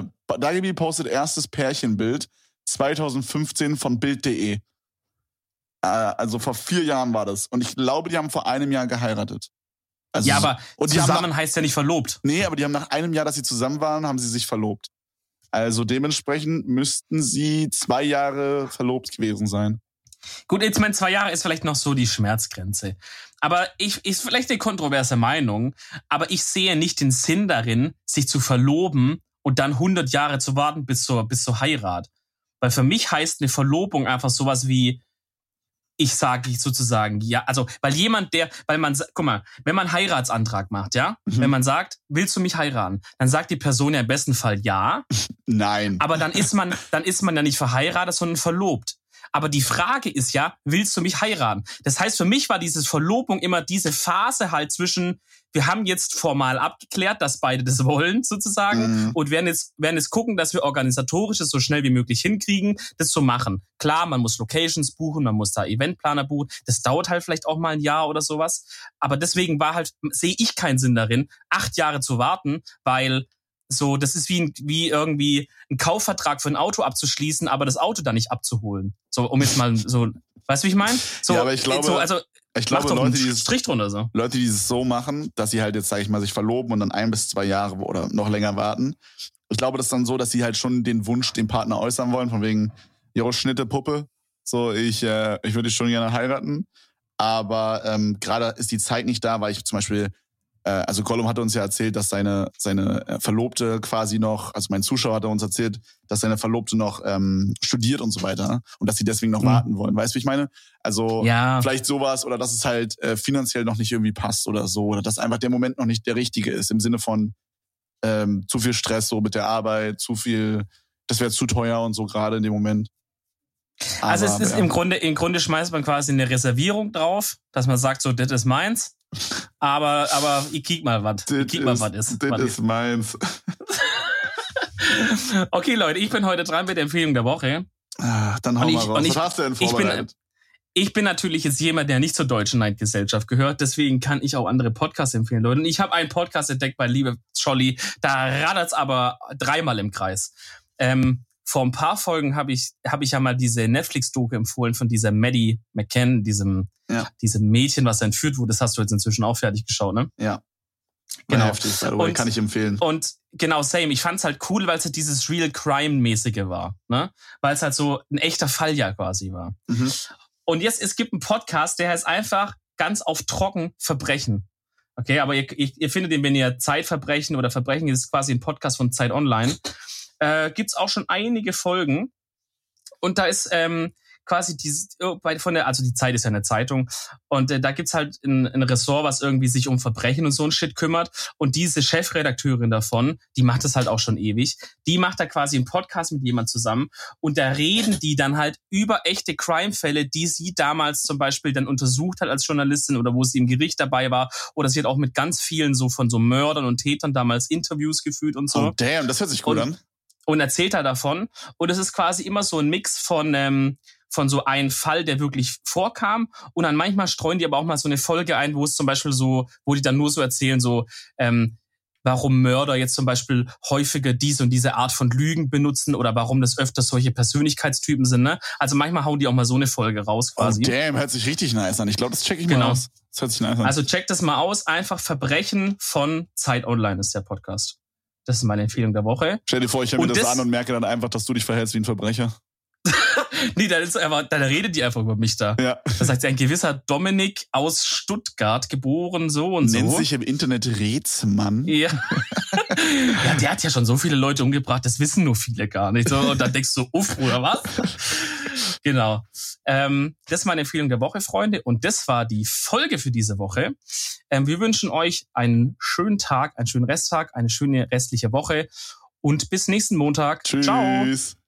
Pärchenbild 2015 von Bild.de. Also vor 4 Jahren war das. Und ich glaube, die haben vor einem Jahr geheiratet. Also, ja, aber zusammen heißt ja nicht verlobt. Nee, aber die haben nach einem Jahr, dass sie zusammen waren, haben sie sich verlobt. Also dementsprechend müssten sie 2 Jahre verlobt gewesen sein. Gut, jetzt 2 Jahre ist vielleicht noch so die Schmerzgrenze. Aber ist vielleicht eine kontroverse Meinung, aber ich sehe nicht den Sinn darin, sich zu verloben und dann 100 Jahre zu warten bis zur Heirat. Weil für mich heißt eine Verlobung einfach sowas wie, ich sage sozusagen, ja, also, guck mal, wenn man einen Heiratsantrag macht, ja, wenn man sagt, willst du mich heiraten, dann sagt die Person ja im besten Fall ja. Nein. Aber dann ist man ja nicht verheiratet, sondern verlobt. Aber die Frage ist ja, willst du mich heiraten? Das heißt, für mich war diese Verlobung immer diese Phase halt zwischen, wir haben jetzt formal abgeklärt, dass beide das wollen, sozusagen, und werden jetzt gucken, dass wir organisatorisch es so schnell wie möglich hinkriegen, das zu machen. Klar, man muss Locations buchen, man muss da Eventplaner buchen. Das dauert halt vielleicht auch mal ein Jahr oder sowas. Aber deswegen sehe ich keinen Sinn darin, 8 Jahre zu warten, weil so, das ist wie irgendwie ein Kaufvertrag für ein Auto abzuschließen, aber das Auto dann nicht abzuholen. So, um jetzt mal so, weißt du, wie ich meine? So, ja, aber ich glaube, Leute, die es so machen, dass sie halt jetzt, sage ich mal, sich verloben und dann 1 bis 2 Jahre oder noch länger warten. Ich glaube, das ist dann so, dass sie halt schon den Wunsch dem Partner äußern wollen, von wegen, jo, Schnitte, Puppe, so, ich würde dich schon gerne heiraten. Aber gerade ist die Zeit nicht da, weil ich zum Beispiel also Gollum hatte uns ja erzählt, dass seine Verlobte quasi noch, also mein Zuschauer hat uns erzählt, dass seine Verlobte noch studiert und so weiter und dass sie deswegen noch warten wollen. Weißt du, wie ich meine? Also vielleicht sowas oder dass es halt finanziell noch nicht irgendwie passt oder so oder dass einfach der Moment noch nicht der richtige ist im Sinne von zu viel Stress so mit der Arbeit, zu viel, das wäre zu teuer und so gerade in dem Moment. Aber, also es ist im Grunde schmeißt man quasi eine Reservierung drauf, dass man sagt, so, das ist meins. Aber ich kick mal, was ist. Das ist meins. Okay, Leute, ich bin heute dran mit der Empfehlung der Woche. Dann hau mal raus. Was hast du denn vorbereitet? Ich bin natürlich jetzt jemand, der nicht zur deutschen Neidgesellschaft gehört. Deswegen kann ich auch andere Podcasts empfehlen, Leute. Und ich habe einen Podcast entdeckt bei Liebe Scholli. Da raddert's aber 3-mal im Kreis. Vor ein paar Folgen habe ich ja mal diese Netflix-Doku empfohlen von dieser Maddie McCann, diesem Mädchen, was entführt wurde. Das hast du jetzt inzwischen auch fertig geschaut, ne? Ja. Genau. Heftig, kann ich empfehlen. Und genau, same. Ich fand's halt cool, weil es halt dieses Real Crime-mäßige war, ne? Weil es halt so ein echter Fall ja quasi war. Mhm. Und jetzt, es gibt einen Podcast, der heißt einfach ganz auf trocken Verbrechen. Okay, aber ihr findet den, wenn ihr Zeitverbrechen oder Verbrechen, das ist quasi ein Podcast von Zeit Online. Gibt's auch schon einige Folgen und da ist quasi die Zeit ist ja eine Zeitung und da gibt's halt ein Ressort, was irgendwie sich um Verbrechen und so ein Shit kümmert und diese Chefredakteurin davon, die macht das halt auch schon ewig, die macht da quasi einen Podcast mit jemand zusammen und da reden die dann halt über echte Crime-Fälle, die sie damals zum Beispiel dann untersucht hat als Journalistin oder wo sie im Gericht dabei war oder sie hat auch mit ganz vielen so von so Mördern und Tätern damals Interviews geführt und so. Oh damn, das hört sich gut an. Und erzählt er davon. Und es ist quasi immer so ein Mix von so einem Fall, der wirklich vorkam. Und dann manchmal streuen die aber auch mal so eine Folge ein, wo es zum Beispiel so, wo die dann nur so erzählen, so, warum Mörder jetzt zum Beispiel häufiger diese und diese Art von Lügen benutzen oder warum das öfters solche Persönlichkeitstypen sind, ne? Also manchmal hauen die auch mal so eine Folge raus quasi. Oh damn, hört sich richtig nice an. Ich glaube, das check ich mal aus. Das hört sich nice an. Also checkt das mal aus. Einfach Verbrechen von Zeit Online ist der Podcast. Das ist meine Empfehlung der Woche. Stell dir vor, ich höre mir das an und merke dann einfach, dass du dich verhältst wie ein Verbrecher. Nee, dann redet die einfach über mich da. Ja. Da sagt sie, ein gewisser Dominik aus Stuttgart, geboren so und so. Nennt sich im Internet Rätsmann. Ja. Ja, der hat ja schon so viele Leute umgebracht, das wissen nur viele gar nicht. So, und dann denkst du, uff, oder was? Genau. Das ist meine Empfehlung der Woche, Freunde. Und das war die Folge für diese Woche. Wir wünschen euch einen schönen Tag, einen schönen Resttag, eine schöne restliche Woche. Und bis nächsten Montag. Tschüss. Ciao.